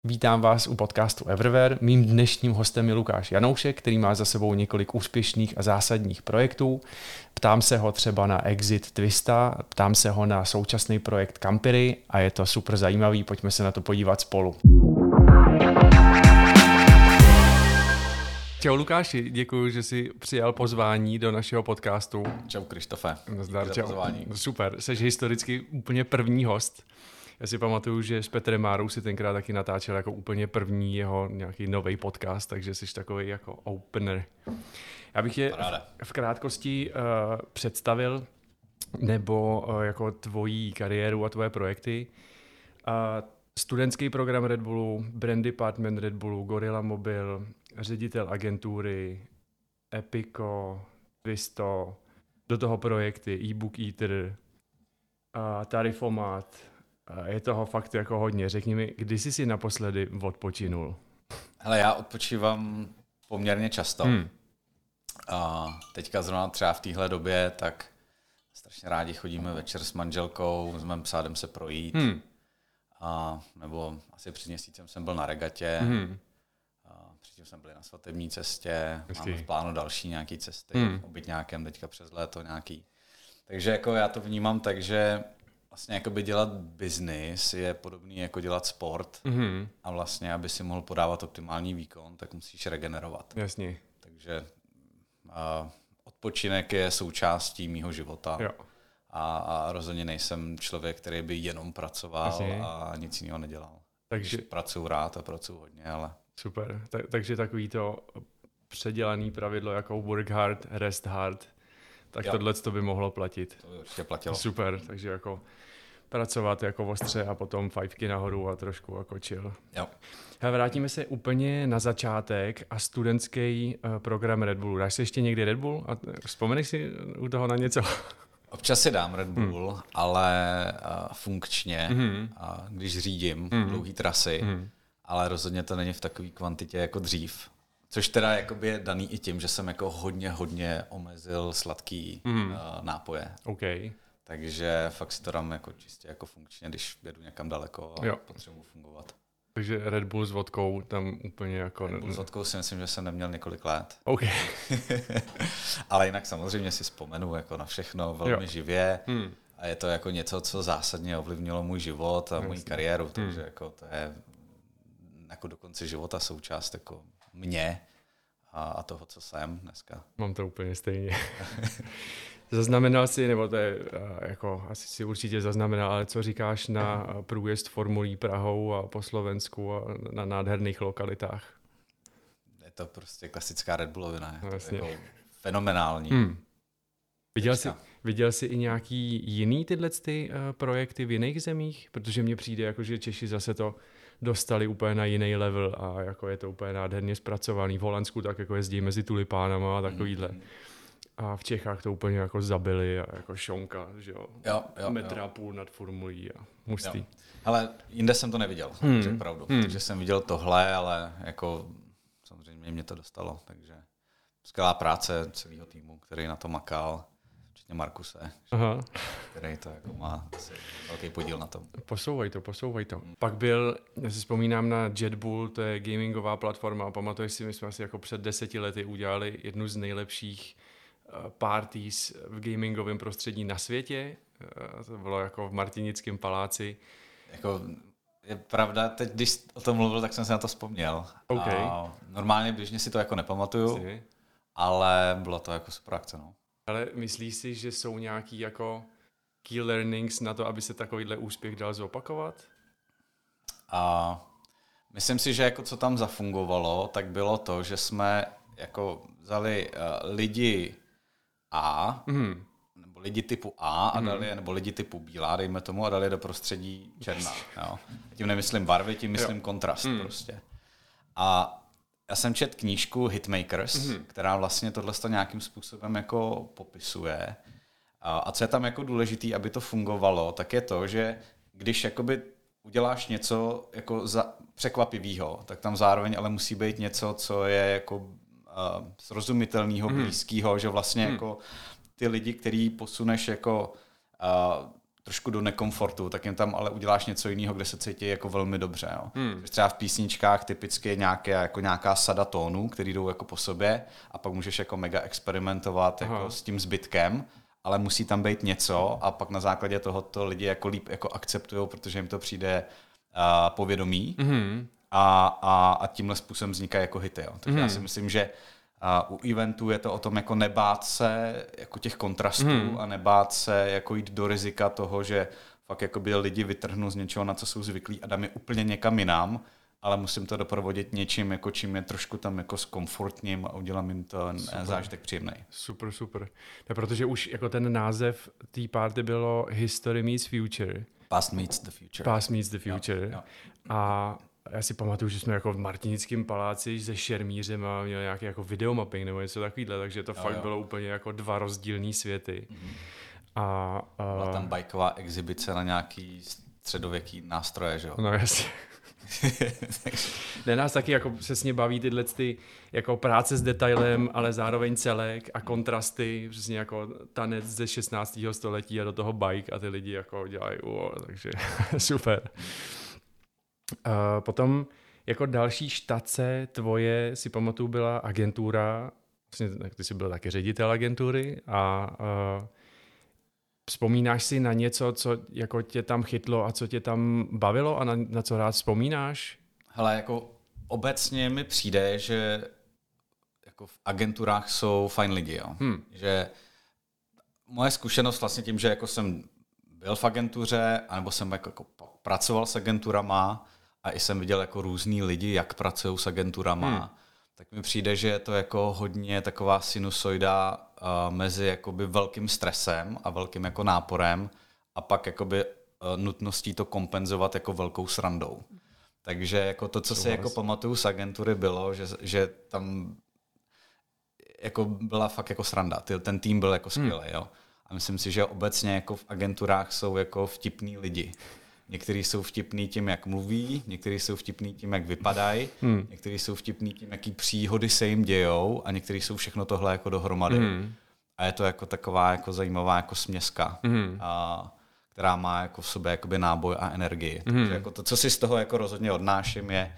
Vítám vás u podcastu Everywhere. Mým dnešním hostem je Lukáš Janoušek, který má za sebou několik úspěšných a zásadních projektů. Ptám se ho třeba na exit Twista, ptám se ho na současný projekt Campiry a je to super zajímavý, pojďme se na to podívat spolu. Čau Lukáši, děkuji, že jsi přijal pozvání do našeho podcastu. Čau Krištofe, Nazdar, čau. Super, jsi historicky úplně první host. Já si pamatuju, že s Petrem Márou si tenkrát taky natáčel jako úplně první jeho nějaký nový podcast, takže jsi takový jako opener. Já bych tě v krátkosti představil, nebo jako tvojí kariéru a tvoje projekty. Studentský program Red Bullu, brand department Red Bullu, Gorilla Mobil, ředitel agentury, Epico, Twisto, do toho projekty, eBook Eater, Tarifomat. Je toho fakt jako hodně. Řekni mi, kdy jsi si naposledy odpočinul? Hele, já odpočívám poměrně často. A teďka zrovna třeba v téhle době, tak strašně rádi chodíme večer s manželkou, s mým psádem se projít. Nebo asi před měsícem jsem byl na regatě. Předtím jsem byl na svatební cestě. Máme v plánu další nějaký cesty. Obytňákem teďka přes léto nějaký. Takže jako já to vnímám tak, že vlastně jakoby dělat biznis je podobný jako dělat sport a vlastně, aby si mohl podávat optimální výkon, tak musíš regenerovat. Jasně. Takže odpočinek je součástí mýho života. Jo. A rozhodně nejsem člověk, který by jenom pracoval a nic jiného nedělal. Takže pracuji rád a pracuji hodně, ale... Super. Takže takový to předělaný pravidlo jako work hard, rest hard, tak tohle to by mohlo platit. To by určitě platilo. Super, takže jako pracovat jako ostře a potom fajfky nahoru a trošku jako chill. Jo. Vrátíme se úplně na začátek a studentský program Red Bullu. Dáš si ještě někdy Red Bull? A vzpomeneš si u toho na něco? Občas si dám Red Bull, ale funkčně, když řídím dlouhý trasy, ale rozhodně to není v takové kvantitě jako dřív. Což teda jakoby je daný i tím, že jsem jako hodně omezil sladký nápoje. Okay. Takže fakt si to dám jako čistě jako funkčně, když jedu někam daleko a potřebuji fungovat. Takže Red Bull s vodkou tam úplně jako... Red Bull s vodkou si myslím, že jsem neměl několik let. Okay. Ale jinak samozřejmě si vzpomenu jako na všechno velmi živě a je to jako něco, co zásadně ovlivnilo můj život a moji kariéru, takže jako to je jako do konce života součást jako mě a toho, co jsem dneska. Mám to úplně stejně. Zaznamenal jsi, nebo to je jako asi si určitě zaznamenal, ale co říkáš na průjezd formulí Prahou a po Slovensku a na nádherných lokalitách? Je to prostě klasická Red Bullovina. Je vlastně. to jako fenomenální. Viděl jsi i nějaký jiný tyhle projekty v jiných zemích? Protože mně přijde, jako, že Češi zase to dostali úplně na jiný level a jako je to úplně nádherně zpracovaný. V Holandsku tak jako jezdí mezi tulipánama a takovýhle. A v Čechách to úplně jako zabili a jako šonka, že jo? Metra půl nad formulí a hustý. Ale jinde jsem to neviděl, řekl pravdu. Takže jsem viděl tohle, ale jako samozřejmě mě to dostalo. Takže skvělá práce celého týmu, který na to makal. Včetně Markuse, který to jako má asi velký podíl na tom. Posouvaj to. Pak byl, já si vzpomínám na JetBull, to je gamingová platforma a pamatuješ si, my jsme asi jako před 10 lety udělali jednu z nejlepších parties v gamingovém prostředí na světě. To bylo jako v Martinickém paláci. Jako je pravda, teď když o tom mluvil, tak jsem se na to vzpomněl. Okay. Normálně běžně si to jako nepamatuju, ale bylo to jako super akce, no. Ale myslíš si, že jsou nějaký jako key learnings na to, aby se takovýhle úspěch dal zopakovat? Myslím si, že jako co tam zafungovalo, tak bylo to, že jsme jako vzali lidi A, nebo lidi typu A a dali, nebo lidi typu bílá, dejme tomu, a dali do prostředí černá. Jo. Tím nemyslím barvy, tím myslím kontrast prostě. A já jsem četl knížku Hitmakers, která vlastně tohle nějakým způsobem jako popisuje. A co je tam jako důležitý, aby to fungovalo, tak je to, že když jakoby uděláš něco jako překvapivého, tak tam zároveň ale musí být něco, co je jako srozumitelného, blízkého, že vlastně jako ty lidi, který posuneš jako trošku do nekomfortu, tak jim tam ale uděláš něco jiného, kde se cítí jako velmi dobře. Jo. Třeba v písničkách typicky je nějaká sada tónů, který jdou jako po sobě a pak můžeš jako mega experimentovat jako s tím zbytkem, ale musí tam být něco a pak na základě tohoto lidi jako líp jako akceptujou, protože jim to přijde povědomí a tímhle způsobem vznikají jako hity. Jo. Takže já si myslím, že u eventů je to o tom jako nebát se jako těch kontrastů a nebát se jako jít do rizika toho, že fakt jako by lidi vytrhnu z něčeho, na co jsou zvyklí a dám je úplně někam jinam, ale musím to doprovodit něčím, jako čím je trošku tam jako zkomfortním a udělám jim to zážitek příjemný. Super. No, protože už jako ten název té party bylo History meets Future. Past meets the future. Past meets the future. Jo. A já si pamatuju, že jsme jako v Martinickém paláci se šermířem a měli nějaký jako videomapping nebo něco takovýhle, takže to fakt bylo úplně jako dva rozdílný světy. Byla tam bajková exibice na nějaký středověký nástroje, že jo? No jasně. Ne, nás taky jako přesně baví tyhle ty jako práce s detailem, ale zároveň celek a kontrasty, přesně jako tanec ze 16. století a do toho bike a ty lidi jako dělají, takže super. Potom jako další štace tvoje, si pamatuju, byla agentura, vlastně ty jsi byl taky ředitel agentury a vzpomínáš si na něco, co jako tě tam chytlo a co tě tam bavilo a na co rád vzpomínáš? Hele, jako obecně mi přijde, že jako v agenturách jsou fajn lidi, jo. Že moje zkušenost vlastně tím, že jako jsem byl v agentuře, anebo jsem jako pracoval s agenturama a i jsem viděl jako různý lidi, jak pracují s agenturama, tak mi přijde, že je to jako hodně taková sinusoida mezi jakoby velkým stresem a velkým jako náporem a pak jakoby nutností to kompenzovat jako velkou srandou. Takže jako to, co si jako pamatuju z agentury, bylo, že tam jako byla fakt jako sranda. Ten tým byl jako skvělý, jo. A myslím si, že obecně jako v agenturách jsou jako vtipní lidi. Někteří jsou vtipní tím, jak mluví, někteří jsou vtipní tím, jak vypadají, někteří jsou vtipní tím, jaký příhody se jim dějou a někteří jsou všechno tohle jako dohromady. A je to jako taková jako zajímavá jako směska, která má jako v sobě jakoby náboj a energii. Takže jako to, co si z toho jako rozhodně odnáším, je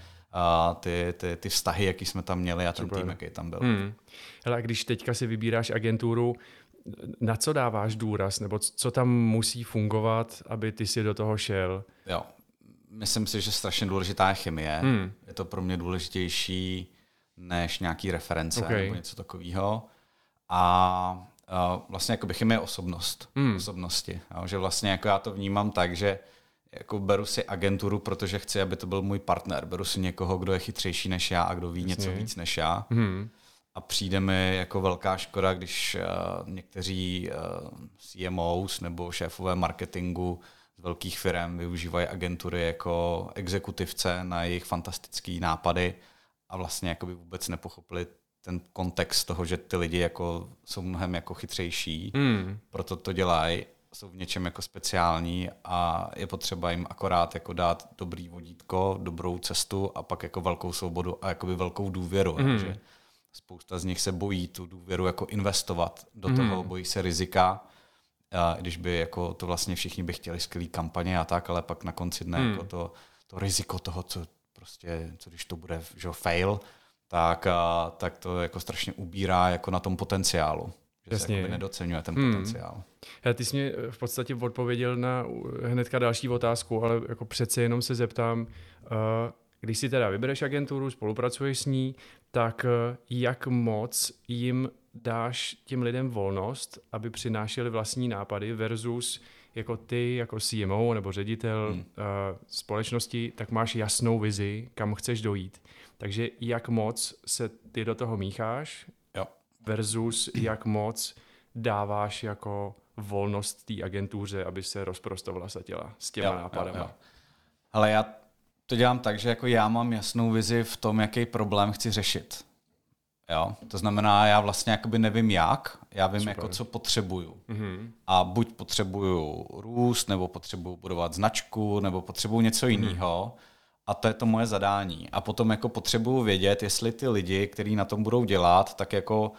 ty vztahy, jaký jsme tam měli a ten tým, jaký tam byl. Hele, a když teďka si vybíráš agenturu, na co dáváš důraz, nebo co tam musí fungovat, aby ty si do toho šel? Jo, myslím si, že strašně důležitá je chemie. Je to pro mě důležitější než nějaký reference nebo něco takového. A vlastně jakoby chemie je osobnosti. Jo? Že vlastně jako já to vnímám tak, že jako beru si agenturu, protože chci, aby to byl můj partner. Beru si někoho, kdo je chytřejší než já a kdo ví něco víc než já. A přijde mi jako velká škoda, když někteří CMOs nebo šéfové marketingu z velkých firm využívají agentury jako exekutivce na jejich fantastické nápady a vlastně jakoby vůbec nepochopili ten kontext toho, že ty lidi jako jsou mnohem jako chytřejší, proto to dělají, jsou v něčem jako speciální a je potřeba jim akorát jako dát dobrý vodítko, dobrou cestu a pak jako velkou svobodu a jakoby velkou důvěru. Že spousta z nich se bojí tu důvěru jako investovat do toho, bojí se rizika, když by jako to vlastně všichni by chtěli skvělý kampaně a tak, ale pak na konci dne jako to riziko toho, co když to bude fail, tak to jako strašně ubírá jako na tom potenciálu. Že se jako nedoceňuje ten potenciál. Ty jsi mě v podstatě odpověděl na hnedka další otázku, ale jako přece jenom se zeptám, když si teda vybereš agenturu, spolupracuješ s ní, tak jak moc jim dáš těm lidem volnost, aby přinášeli vlastní nápady versus jako ty, jako CMO nebo ředitel společnosti, tak máš jasnou vizi, kam chceš dojít. Takže jak moc se ty do toho mícháš versus jak moc dáváš jako volnost té agentuře, aby se rozprostovala satěla s těma nápadama. Jo. Ale já to dělám tak, že jako já mám jasnou vizi v tom, jaký problém chci řešit. Jo? To znamená, já vlastně jakoby nevím jak, já vím jako co potřebuju. A buď potřebuju růst, nebo potřebuju budovat značku, nebo potřebuju něco jiného. A to je to moje zadání. A potom jako potřebuju vědět, jestli ty lidi, kteří na tom budou dělat, tak jako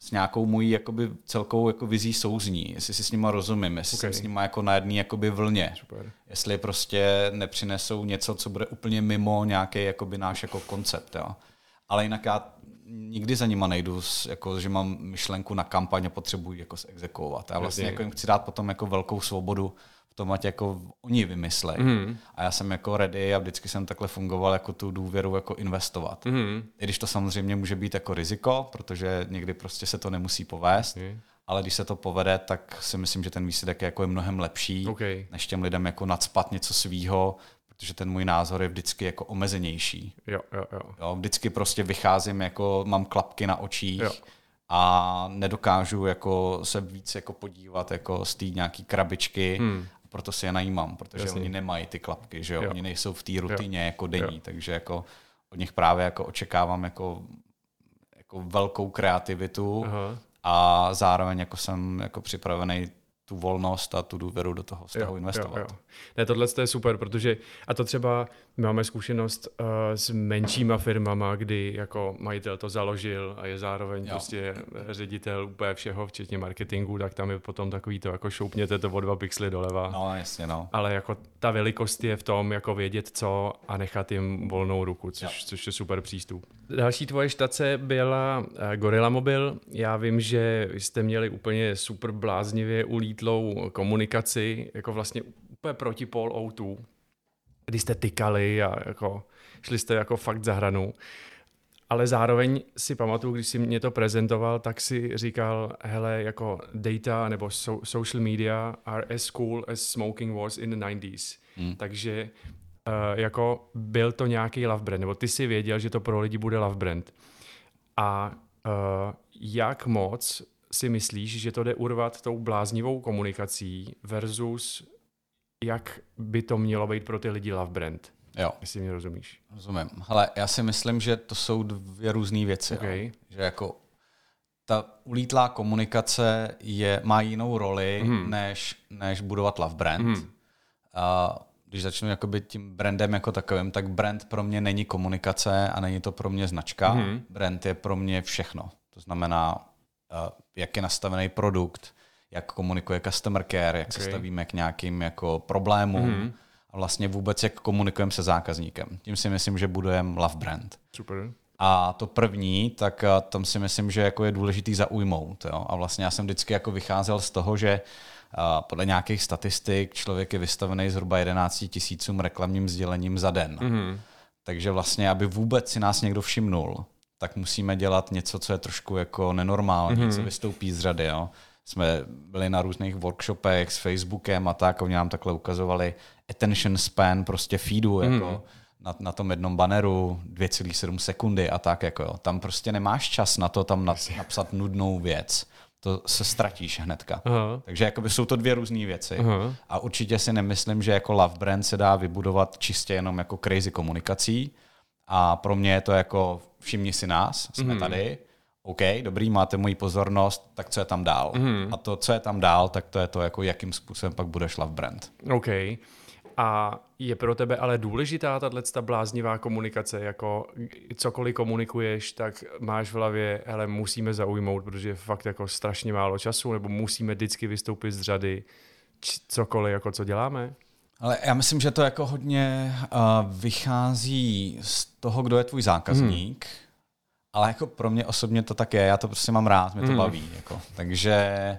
s nějakou mojí jakoby celkovou jako vizí souzní, jestli si s nima rozumím, jestli jsem s nima jako na jedné jakoby vlně. Super. Jestli prostě nepřinesou něco, co bude úplně mimo nějaký jakoby náš jako koncept. Jo. Ale jinak já nikdy za nima nejdu, jako, že mám myšlenku na kampaň a potřebuji jako exekuovat. Já vlastně jako jim chci dát potom jako velkou svobodu v tom, ať jako oni vymyslejí. A já jsem jako ready a vždycky jsem takhle fungoval jako tu důvěru jako investovat. I když to samozřejmě může být jako riziko, protože někdy prostě se to nemusí povést, ale když se to povede, tak si myslím, že ten výsledek je jako mnohem lepší, než těm lidem jako nacpat něco svýho, protože ten můj názor je vždycky jako omezenější. Jo. Vždycky prostě vycházím, jako mám klapky na očích a nedokážu jako se víc jako podívat jako z té nějaký krabičky, proto si je najímám, protože oni nemají ty klapky, že jo? Oni nejsou v té rutině jako denní, takže jako od nich právě jako očekávám jako velkou kreativitu a zároveň jako jsem jako připravený tu volnost a tu důvěru do toho vztahu investovat. Jo. Ne, tohle je super, protože a to třeba my máme zkušenost s menšíma firmama, kdy jako majitel to založil a je zároveň prostě ředitel úplně všeho, včetně marketingu, tak tam je potom takový to, jako šoupněte to o 2 pixely doleva. No, jasně, no. Ale jako ta velikost je v tom, jako vědět co a nechat jim volnou ruku, což je super přístup. Další tvoje štace byla Gorilla Mobil. Já vím, že jste měli úplně super bláznivě ulítlou komunikaci, jako vlastně úplně protipól O2, kdy jste tykali a jako šli jste jako fakt za hranu. Ale zároveň si pamatuju, když si mě to prezentoval, tak si říkal, hele, jako data nebo social media are as cool as smoking was in the 90s. Takže jako byl to nějaký love brand, nebo ty si věděl, že to pro lidi bude love brand. A jak moc si myslíš, že to jde urvat tou bláznivou komunikací versus jak by to mělo být pro ty lidi love brand? Jo. Jestli mě rozumíš. Rozumím. Hele, já si myslím, že to jsou 2 různé věci. Okay. Že jako ta ulítlá komunikace má jinou roli, než budovat love brand. A když začnu jakoby tím brandem jako takovým, tak brand pro mě není komunikace a není to pro mě značka. Brand je pro mě všechno. To znamená, jak je nastavený produkt, jak komunikuje customer care, jak se stavíme k nějakým jako problémům a vlastně vůbec jak komunikujeme se zákazníkem. Tím si myslím, že budujeme love brand. Super. A to první, tak tam si myslím, že jako je důležitý zaujmout. Jo? A vlastně já jsem vždycky jako vycházel z toho, že podle nějakých statistik člověk je vystavený zhruba 11 000 reklamním sdělením za den. Takže vlastně, aby vůbec si nás někdo všimnul, tak musíme dělat něco, co je trošku jako nenormální, co vystoupí z řady. Jo? Jsme byli na různých workshopech s Facebookem a tak, oni nám takhle ukazovali attention span prostě feedu, jako na tom jednom banneru 2,7 sekundy a tak. Jako, jo. Tam prostě nemáš čas na to tam napsat nudnou věc. To se ztratíš hnedka. Takže jakoby jsou to 2 různé věci. A určitě si nemyslím, že jako love brand se dá vybudovat čistě jenom jako crazy komunikací. A pro mě je to jako všimni si nás, jsme tady, OK, dobrý, máte moji pozornost, tak co je tam dál? A to, co je tam dál, tak to je to, jako jakým způsobem pak budeš love brand. OK. A je pro tebe ale důležitá tato bláznivá komunikace, jako cokoliv komunikuješ, tak máš v hlavě, hele, musíme zaujmout, protože je fakt jako strašně málo času, nebo musíme vždycky vystoupit z řady, cokoliv, jako co děláme? Ale já myslím, že to jako hodně vychází z toho, kdo je tvůj zákazník, ale jako pro mě osobně to tak je, já to prostě mám rád, mě to baví. Jako. Takže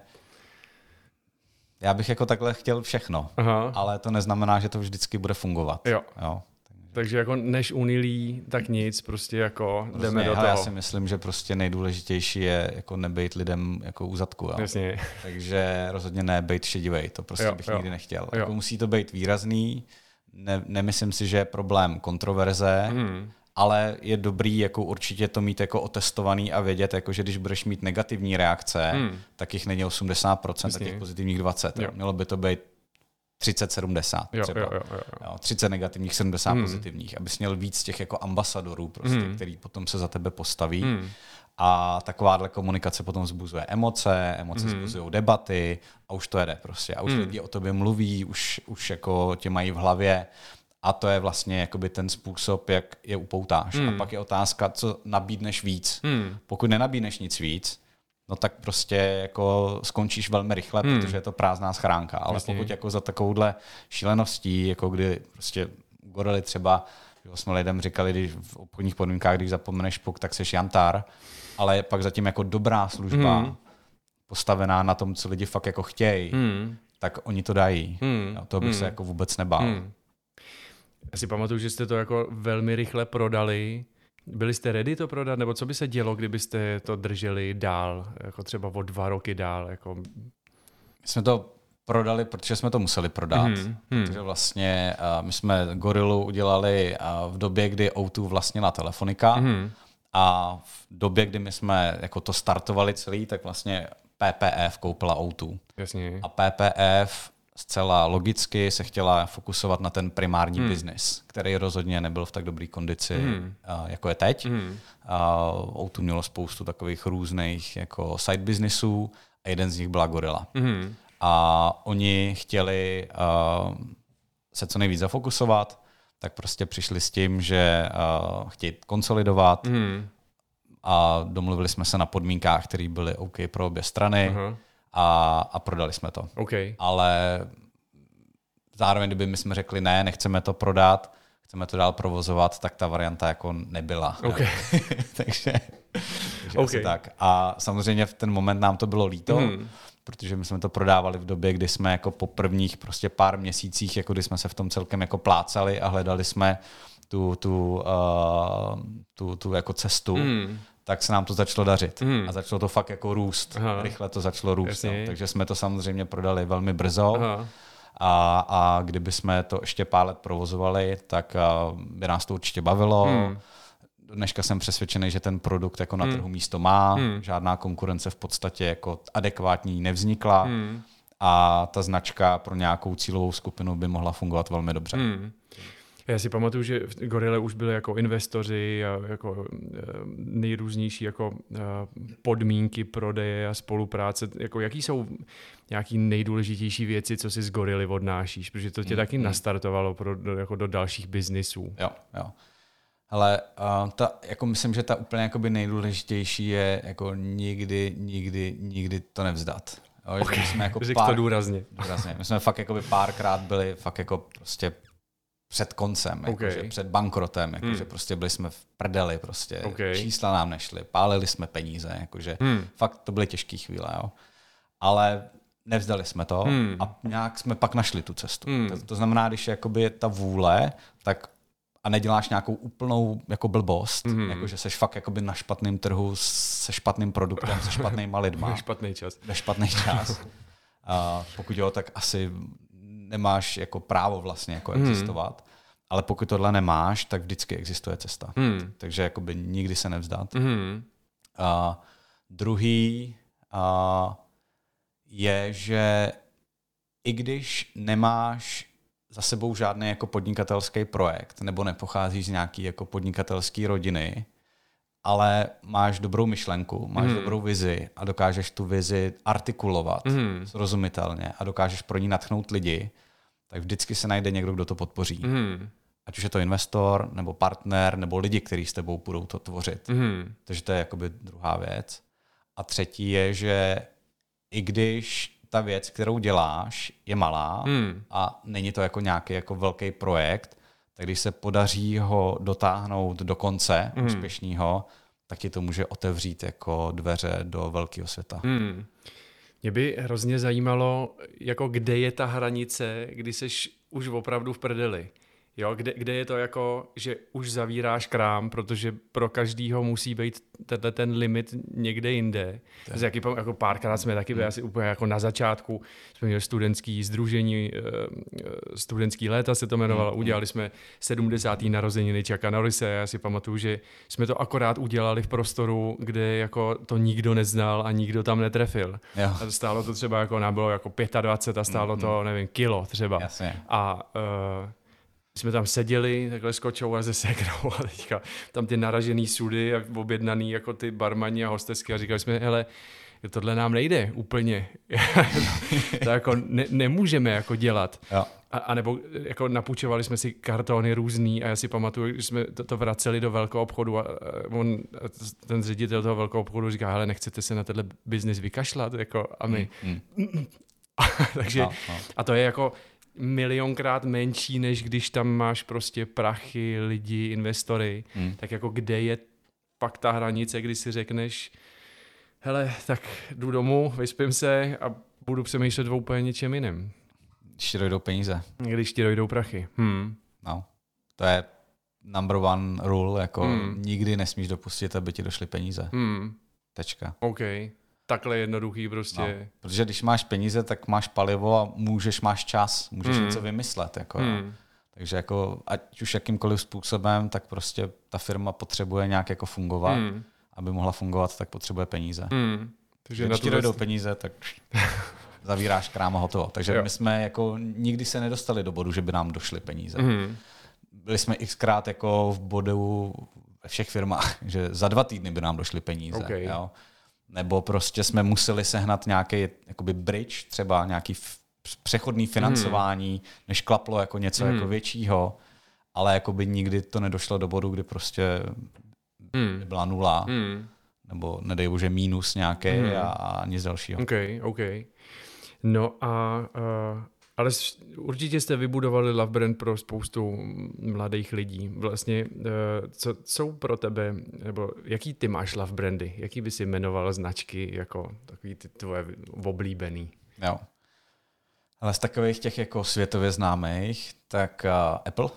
já bych jako takhle chtěl všechno, ale to neznamená, že to vždycky bude fungovat. Jo. Takže jako než unilí, tak nic, prostě jako jdeme do toho. Já si myslím, že prostě nejdůležitější je jako nebejt lidem jako u zadku. Jo. Jasně. Takže rozhodně ne bejt šedivej, to prostě bych nikdy nechtěl. Jako musí to být výrazný, nemyslím si, že je problém kontroverze, ale je dobrý jako určitě to mít jako otestovaný a vědět, jako, že když budeš mít negativní reakce, tak jich není 80% a těch pozitivních 20%. Mělo by to být 30-70 třeba. Jo, 30 negativních, 70 pozitivních, abys měl víc těch jako ambasadorů, prostě, který potom se za tebe postaví. A takováhle komunikace potom vzbuzuje emoce vzbuzují debaty a už to jede prostě. A už lidi o tobě mluví, už jako tě mají v hlavě. A to je vlastně jakoby ten způsob, jak je upoutáš. A pak je otázka, co nabídneš víc. Pokud nenabídneš nic víc, no tak prostě jako skončíš velmi rychle, protože je to prázdná schránka. Ale pokud jako za takovouhle šíleností, jako kdy prostě gorily třeba, že jsme lidem říkali, když v obchodních podmínkách, když zapomeneš puk, tak seš jantár, ale pak zatím jako dobrá služba, postavená na tom, co lidi fakt jako chtějí, tak oni to dají. To bych se jako vůbec nebál. Já si pamatuju, že jste to jako velmi rychle prodali. Byli jste ready to prodat, nebo co by se dělo, kdybyste to drželi dál, jako třeba o 2 roky dál? Jako... My jsme to prodali, protože jsme to museli prodat. Protože vlastně my jsme Gorilu udělali v době, kdy O2 vlastnila Telefonika a v době, kdy my jsme jako to startovali celý, tak vlastně PPF koupila O2. Jasně. A PPF zcela logicky se chtěla fokusovat na ten primární biznis, který rozhodně nebyl v tak dobré kondici, jako je teď. O2 mělo spoustu takových různých jako side businessů a jeden z nich byla Gorilla. A oni chtěli se co nejvíc zafokusovat, tak prostě přišli s tím, že chtějí konsolidovat a domluvili jsme se na podmínkách, které byly OK pro obě strany. A prodali jsme to. Okay. Ale zároveň, kdyby my jsme řekli ne, nechceme to prodat, chceme to dál provozovat, tak ta varianta jako nebyla. Okay. takže asi tak. A samozřejmě v ten moment nám to bylo líto, protože my jsme to prodávali v době, kdy jsme jako po prvních prostě pár měsících, jako kdy jsme se v tom celkem jako plácali a hledali jsme tu jako cestu, tak se nám to začalo dařit. A začalo to fakt jako růst. Rychle to začalo růst. No. Takže jsme to samozřejmě prodali velmi brzo. A kdyby jsme to ještě pár let provozovali, tak by nás to určitě bavilo. Dneška jsem přesvědčený, že ten produkt jako na trhu místo má. Žádná konkurence v podstatě jako adekvátní nevznikla. A ta značka pro nějakou cílovou skupinu by mohla fungovat velmi dobře. Já si pamatuju, že v Gorile už byli jako investoři a jako nejrůznější jako podmínky prodeje a spolupráce. Jako jaký jsou nějaký nejdůležitější věci, co si z Gorily odnášíš? Protože to tě taky nastartovalo jako do dalších biznisů. Jo. Ale jako myslím, že ta úplně jakoby nejdůležitější je jako nikdy to nevzdat. Jo, okay. Jsme jako to důrazně. My jsme fakt jakoby párkrát byli fakt jako prostě před koncem, jakože před bankrotem, jakože prostě byli jsme v prdeli, prostě čísla nám nešly, pálili jsme peníze, jakože fakt to byly těžké chvíle, jo. Ale nevzdali jsme to a nějak jsme pak našli tu cestu. To znamená, když je jakoby ta vůle, tak a neděláš nějakou úplnou jako blbost, jakože seš fakt jakoby na špatném trhu se špatným produktem, se špatnýma lidma. Ve špatný čas. Pokud jo, tak asi nemáš jako právo vlastně jako existovat, ale pokud tohle nemáš, tak vždycky existuje cesta. Takže jakoby nikdy se nevzdat. Druhý je, že i když nemáš za sebou žádný jako podnikatelský projekt nebo nepocházíš z nějaký jako podnikatelský rodiny, ale máš dobrou myšlenku, máš dobrou vizi a dokážeš tu vizi artikulovat srozumitelně a dokážeš pro ní nadchnout lidi, tak vždycky se najde někdo, kdo to podpoří. Ať už je to investor, nebo partner, nebo lidi, kteří s tebou budou to tvořit. Takže to je jakoby druhá věc. A třetí je, že i když ta věc, kterou děláš, je malá a není to jako nějaký jako velký projekt, tak když se podaří ho dotáhnout do konce úspěšného, tak ti to může otevřít jako dveře do velkého světa. Mě by hrozně zajímalo, jako kde je ta hranice, kdy seš už opravdu v prdeli. Jo, kde je to jako, že už zavíráš krám, protože pro každýho musí být ten limit někde jinde. Jako párkrát jsme taky byli asi úplně jako na začátku, jsme měli studentský sdružení, studentský léta se to jmenovalo, udělali jsme 70. narozeniny Chucka Norrise. Já si pamatuju, že jsme to akorát udělali v prostoru, kde jako to nikdo neznal a nikdo tam netrefil. Jo. A stálo to třeba jako, bylo jako 25 a stálo to, nevím, kilo třeba. Jasně. A jsme tam seděli takhle s kočou a se segrou a teďka tam ty naražený sudy a objednaný jako ty barmani a hostesky a říkali jsme, hele, tohle nám nejde úplně. To jako nemůžeme jako dělat. Jo. A nebo jako napůjčovali jsme si kartony různý a já si pamatuju, že jsme to vraceli do velkého obchodu a ten ředitel toho velkého obchodu říká, hele, nechcete se na tenhle biznis vykašlat? Jako, a my... Takže, a to je jako milionkrát menší, než když tam máš prostě prachy, lidi, investory. Tak jako kde je pak ta hranice, kdy si řekneš, hele, tak jdu domů, vyspím se a budu přemýšlet o úplně něčem jiném. Když ti dojdou peníze. Když ti dojdou prachy. No, to je number one rule, jako nikdy nesmíš dopustit, aby ti došly peníze. Tečka. OK. Takhle jednoduchý prostě. No, protože když máš peníze, tak máš palivo a máš čas, můžeš něco vymyslet. Jako, takže jako, ať už jakýmkoliv způsobem, tak prostě ta firma potřebuje nějak jako fungovat. Aby mohla fungovat, tak potřebuje peníze. Takže když ti dojdou peníze, tak zavíráš krám a hotovo. Takže my jsme jako nikdy se nedostali do bodu, že by nám došly peníze. Byli jsme xkrát jako v bodu ve všech firmách, že za 2 týdny by nám došly peníze. Okay. Jo? Nebo prostě jsme museli sehnat nějaký jakoby bridge, třeba nějaký přechodný financování, než klaplo jako něco jako většího, ale jakoby nikdy to nedošlo do bodu, kdy prostě byla nula, nebo nedej bože mínus nějaký a nic dalšího. OK. No ale určitě jste vybudovali Love Brand pro spoustu mladých lidí. Vlastně, co jsou pro tebe, nebo jaký ty máš Love Brandy? Jaký by si jmenoval značky jako takový ty tvoje oblíbený? Jo. Ale z takových těch jako světově známých, tak Apple,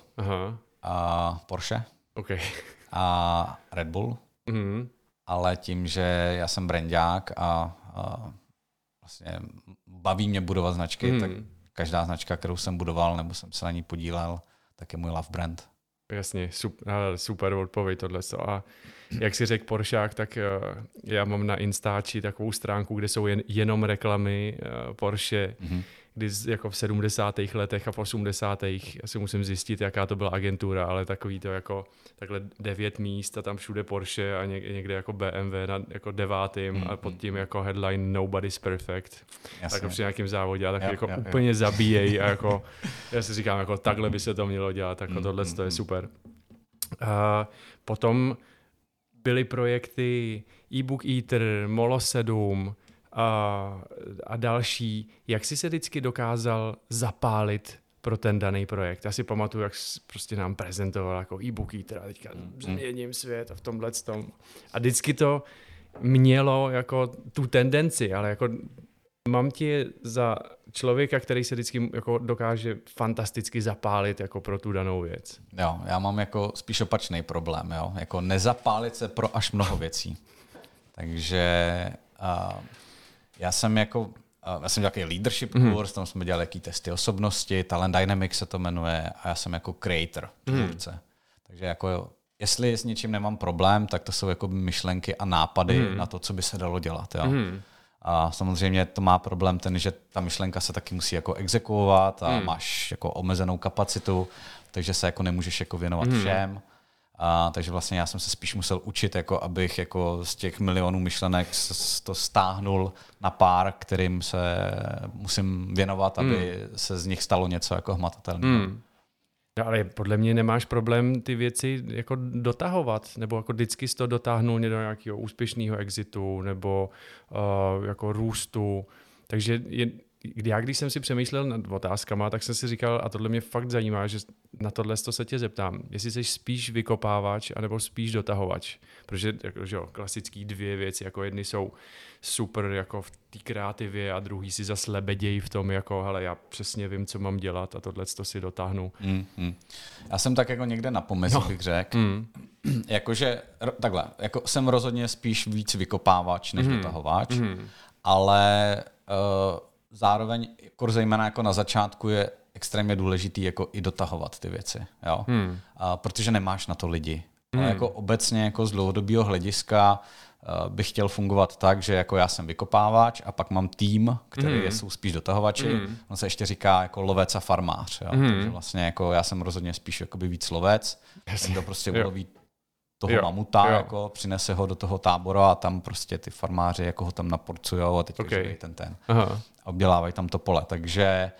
a Porsche, a Red Bull, ale tím, že já jsem brandák a vlastně baví mě budovat značky, tak každá značka, kterou jsem budoval nebo jsem se na ní podílel, tak je můj Love Brand. Jasně, super odpověď tohle. A jak si řekl Poršák, tak já mám na Instači takovou stránku, kde jsou jenom reklamy Porsche, kdy jako v 70. letech a v 80. asi musím zjistit, jaká to byla agentura, ale takový to jako takhle 9 míst a tam všude Porsche a někde jako BMW na jako 9. a pod tím jako headline Nobody's Perfect. Tak při nějakém závodě a tak jako úplně zabíjej a jako já si říkám, jako takhle by se to mělo dělat, jako tohle to je super. Potom byly projekty eBook Eater, Molo 7 a další. Jak jsi se vždycky dokázal zapálit pro ten daný projekt? Já si pamatuju, jak prostě nám prezentoval jako eBook Eater a teďka změním svět a v tomhle tom. A vždycky to mělo jako tu tendenci, ale jako mám tě za člověka, který se vždycky jako dokáže fantasticky zapálit jako pro tu danou věc. Jo, já mám jako spíš opačný problém, jo? Jako nezapálit se pro až mnoho věcí. Takže já jsem dělal nějaký leadership kurz, tam jsme dělali jaký testy osobnosti, Talent Dynamics se to jmenuje a já jsem jako creator, tvůrce. Takže jako jestli s něčím nemám problém, tak to jsou jako myšlenky a nápady na to, co by se dalo dělat. Jo? A samozřejmě to má problém ten, že ta myšlenka se taky musí jako exekuovat a máš jako omezenou kapacitu, takže se jako nemůžeš jako věnovat všem. Takže vlastně já jsem se spíš musel učit, jako abych jako z těch milionů myšlenek to stáhnul na pár, kterým se musím věnovat, aby se z nich stalo něco jako hmatatelného. No, ale podle mě nemáš problém ty věci jako dotahovat, nebo jako vždycky jsi to dotáhnul do nějakého úspěšného exitu, nebo jako růstu. Takže když jsem si přemýšlel nad otázkama, tak jsem si říkal, a tohle mě fakt zajímá, že na tohle se tě zeptám, jestli jsi spíš vykopávač, anebo spíš dotahovač. Protože jako, že klasický 2 věci, jako jedny jsou super jako v té kreativě a druhý si zase lebedějí v tom, jako hele, já přesně vím, co mám dělat a tohle si dotáhnu. Já jsem tak jako někde na pomysl, bych řekl. Jakože takhle, jako jsem rozhodně spíš víc vykopávač než dotahovač, ale zároveň, zejména jako na začátku, je extrémně důležitý jako i dotahovat ty věci, jo? Protože nemáš na to lidi. Ale jako obecně jako z dlouhodobého hlediska bych chtěl fungovat tak, že jako já jsem vykopávač a pak mám tým, který jsou spíš dotahovači. On se ještě říká jako lovec a farmář. Jo? Takže vlastně jako já jsem rozhodně spíš jakoby víc lovec, ten to prostě uloví toho mamuta, jako přinese ho do toho tábora a tam prostě ty farmáři jako ho tam naporcujou a teď ten. Aha. A obdělávají tam to pole. Takže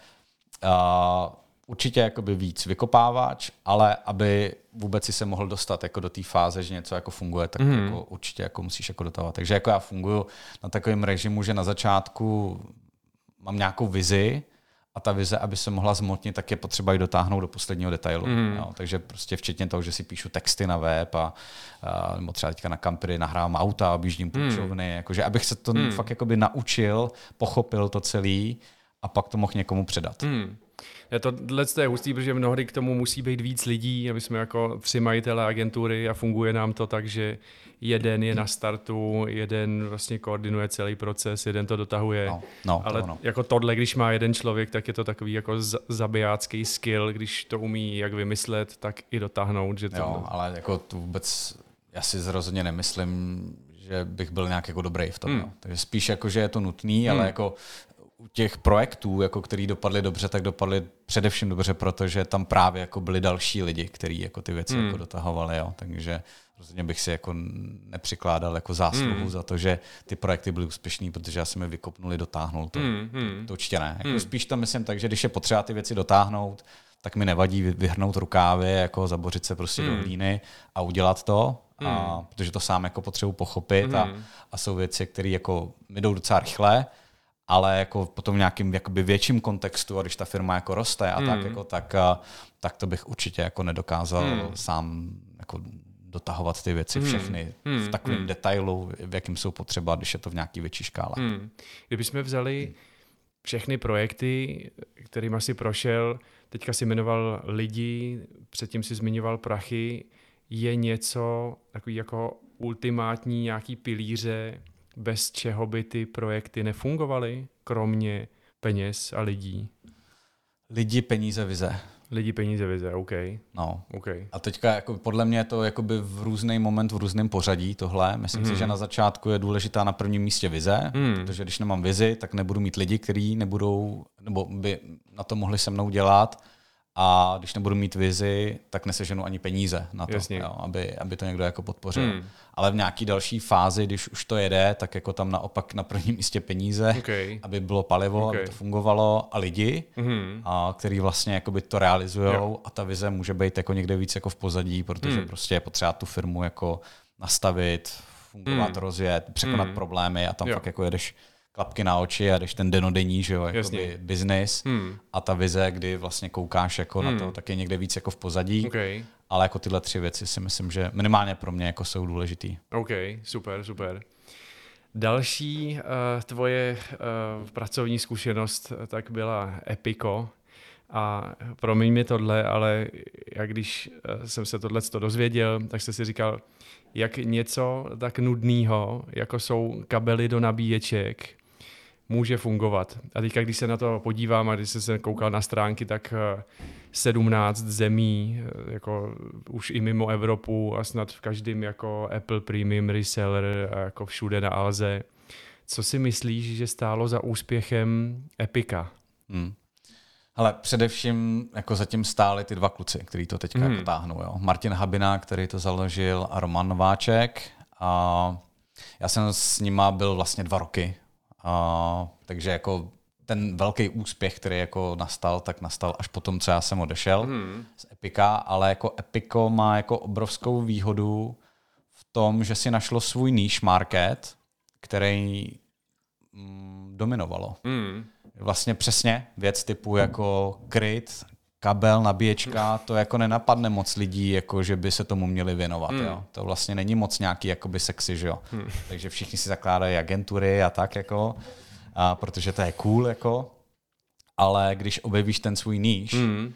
určitě jakoby víc vykopávač, ale aby vůbec si se mohl dostat jako do té fáze, že něco jako funguje, tak jako určitě jako musíš jako dotahovat. Takže jako já funguju na takovém režimu, že na začátku mám nějakou vizi a ta vize, aby se mohla zmotnit, tak je potřeba ji dotáhnout do posledního detailu. Jo, takže prostě včetně toho, že si píšu texty na web a nebo třeba teďka na kampery nahrávám auta, objíždím půjčovny, jakože abych se to fakt jakoby naučil, pochopil to celý a pak to mohl někomu předat. Tohle je hustý, protože mnohdy k tomu musí být víc lidí, aby jsme jako 3 majitele agentury a funguje nám to tak, že jeden je na startu, jeden vlastně koordinuje celý proces, jeden to dotahuje. Ale jako tohle, když má jeden člověk, tak je to takový jako zabijácký skill, když to umí jak vymyslet, tak i dotáhnout. Že to... Jo, ale jako to vůbec, já si rozhodně nemyslím, že bych byl nějak jako dobrý v tom. Takže spíš jako, že je to nutný, ale jako u těch projektů, jako který dopadly dobře, tak dopadly především dobře, protože tam právě jako byli další lidi, kteří jako ty věci jako dotahovali. Jo. Takže rozhodně bych si jako nepřikládal jako zásluhu za to, že ty projekty byly úspěšný, protože já jsem je vykopnul, dotáhnul. To určitě ne. Jako spíš to myslím tak, že když je potřeba ty věci dotáhnout, tak mi nevadí vyhrnout rukávy, jako zabořit se prostě do hlíny a udělat to, protože to sám jako potřebuji pochopit a jsou věci, které jako mi jdou docela rychle, ale jako potom v nějakým jakoby větším kontextu, a když ta firma jako roste a tak to bych určitě jako nedokázal sám jako dotahovat ty věci všechny v takovém detailu, v jakým jsou potřeba, když je to v nějaký větší škále. Kdybychom vzali všechny projekty, kterými si prošel, teďka si jmenoval lidi, předtím si zmiňoval prachy, je něco takový jako ultimátní nějaký pilíře, bez čeho by ty projekty nefungovaly, kromě peněz a lidí? Lidi, peníze, vize. Lidi, peníze, vize, OK. No. Okay. A teďka jako podle mě je to jakoby v různý moment, v různém pořadí tohle. Myslím si, že na začátku je důležitá na prvním místě vize, protože když nemám vizi, tak nebudu mít lidi, kteří nebudou, nebo by na to mohli se mnou dělat. A když nebudu mít vizi, tak neseženu ani peníze na to, jo, aby to někdo jako podpořil. Ale v nějaký další fázi, když už to jede, tak jako tam naopak na prvním místě peníze, aby bylo palivo, aby to fungovalo a lidi, který vlastně jakoby to realizujou a ta vize může být jako někde víc jako v pozadí, protože prostě je potřeba tu firmu jako nastavit, fungovat, rozjet, překonat problémy a tam fakt jako jedeš klapky na oči a když ten denodenní, že jo, jakoby business a ta vize, kdy vlastně koukáš jako na to, tak je někde víc jako v pozadí, ale jako tyhle 3 věci si myslím, že minimálně pro mě jako jsou důležitý. OK, super. Další tvoje pracovní zkušenost tak byla Epico a promiň mi tohle, ale jak když jsem se tohleto dozvěděl, tak jsem si říkal, jak něco tak nudného, jako jsou kabely do nabíječek, může fungovat. A teďka, když se na to podívám a když jsem se koukal na stránky, tak 17 zemí, jako už i mimo Evropu a snad v každém jako Apple Premium Reseller a jako všude na Alze. Co si myslíš, že stálo za úspěchem Epica? Ale především jako zatím stáli ty 2 kluci, kteří to teďka jako táhnou. Jo. Martin Habina, který to založil, a Roman Nováček. A já jsem s nima byl vlastně 2 roky. Takže jako ten velký úspěch, který jako nastal, tak nastal až po tom, co já jsem odešel z Epica, ale jako Epico má jako obrovskou výhodu v tom, že si našlo svůj niche market, který dominovalo. Vlastně přesně věc typu jako kryt, kabel, nabíječka, to jako nenapadne moc lidí, jako že by se tomu měli věnovat. Jo. To vlastně není moc nějaký jakoby sexy, že jo. Takže všichni si zakládají agentury a tak jako, protože to je cool jako, ale když objevíš ten svůj níž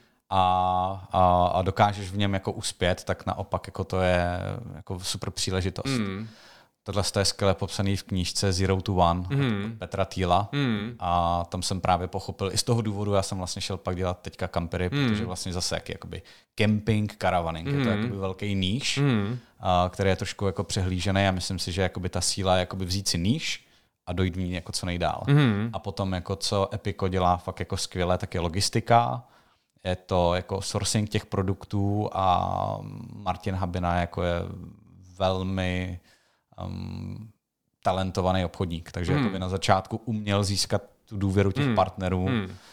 a dokážeš v něm jako uspět, tak naopak jako to je jako super příležitost. Tohle je skvěle popsaný v knížce Zero to One od Petra Thiela a tam jsem právě pochopil, i z toho důvodu já jsem vlastně šel pak dělat teďka kampery, protože vlastně zase jakoby camping, caravaning, je to jakoby velký níž, který je trošku jako přehlížený a myslím si, že jakoby ta síla je jakoby vzít si níž a dojít v ní jako co nejdál. A potom jako co Epico dělá fakt jako skvěle, tak je logistika, je to jako sourcing těch produktů a Martin Habina jako je velmi talentovaný obchodník, takže jakoby na začátku uměl získat tu důvěru těch partnerů,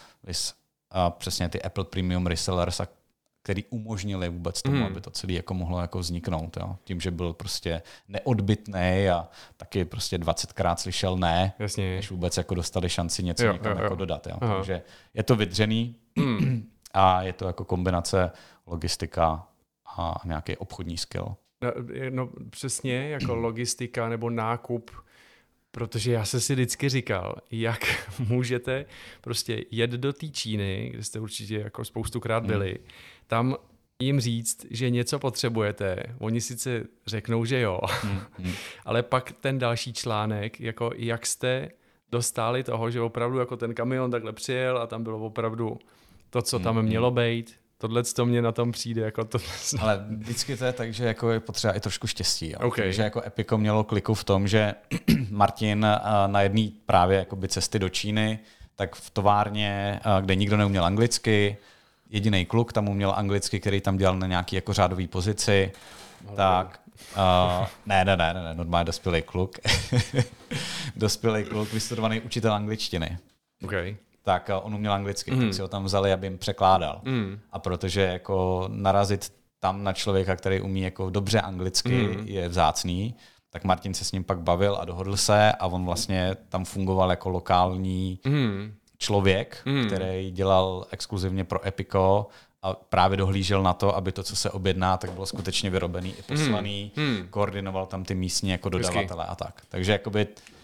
přesně ty Apple Premium Resellers, který umožnili vůbec tomu, aby to celé jako mohlo jako vzniknout. Jo. Tím, že byl prostě neodbytný a taky prostě 20krát slyšel ne, než vůbec jako dostali šanci něco někam jako dodat. Jo. Takže je to vydřený a je to jako kombinace logistika a nějaký obchodní skill. No přesně, jako logistika nebo nákup, protože já jsem si vždycky říkal, jak můžete prostě jet do té Číny, kde jste určitě jako spoustukrát byli, tam jim říct, že něco potřebujete. Oni sice řeknou, že jo, ale pak ten další článek, jako jak jste dostali toho, že opravdu jako ten kamion takhle přijel a tam bylo opravdu to, co tam mělo být. Tohle to mě na tom přijde. Jako to... Ale vždycky to je tak, že jako je potřeba i trošku štěstí. Jo? Okay. Takže jako Epico mělo kliku v tom, že Martin na jedné právě jakoby cesty do Číny, tak v továrně, kde nikdo neuměl anglicky, jediný kluk tam uměl anglicky, který tam dělal na nějaký jako řádový pozici, tak ne, normálně dospělý kluk. Dospělý kluk, vystudovaný učitel angličtiny. Okay. Tak on uměl anglicky, tak si ho tam vzali, aby jim překládal. A protože jako narazit tam na člověka, který umí jako dobře anglicky, je vzácný, tak Martin se s ním pak bavil a dohodl se a on vlastně tam fungoval jako lokální člověk, který dělal exkluzivně pro Epico a právě dohlížel na to, aby to, co se objedná, tak bylo skutečně vyrobený i poslaný, koordinoval tam ty místní jako dodavatele a tak. Takže jakoby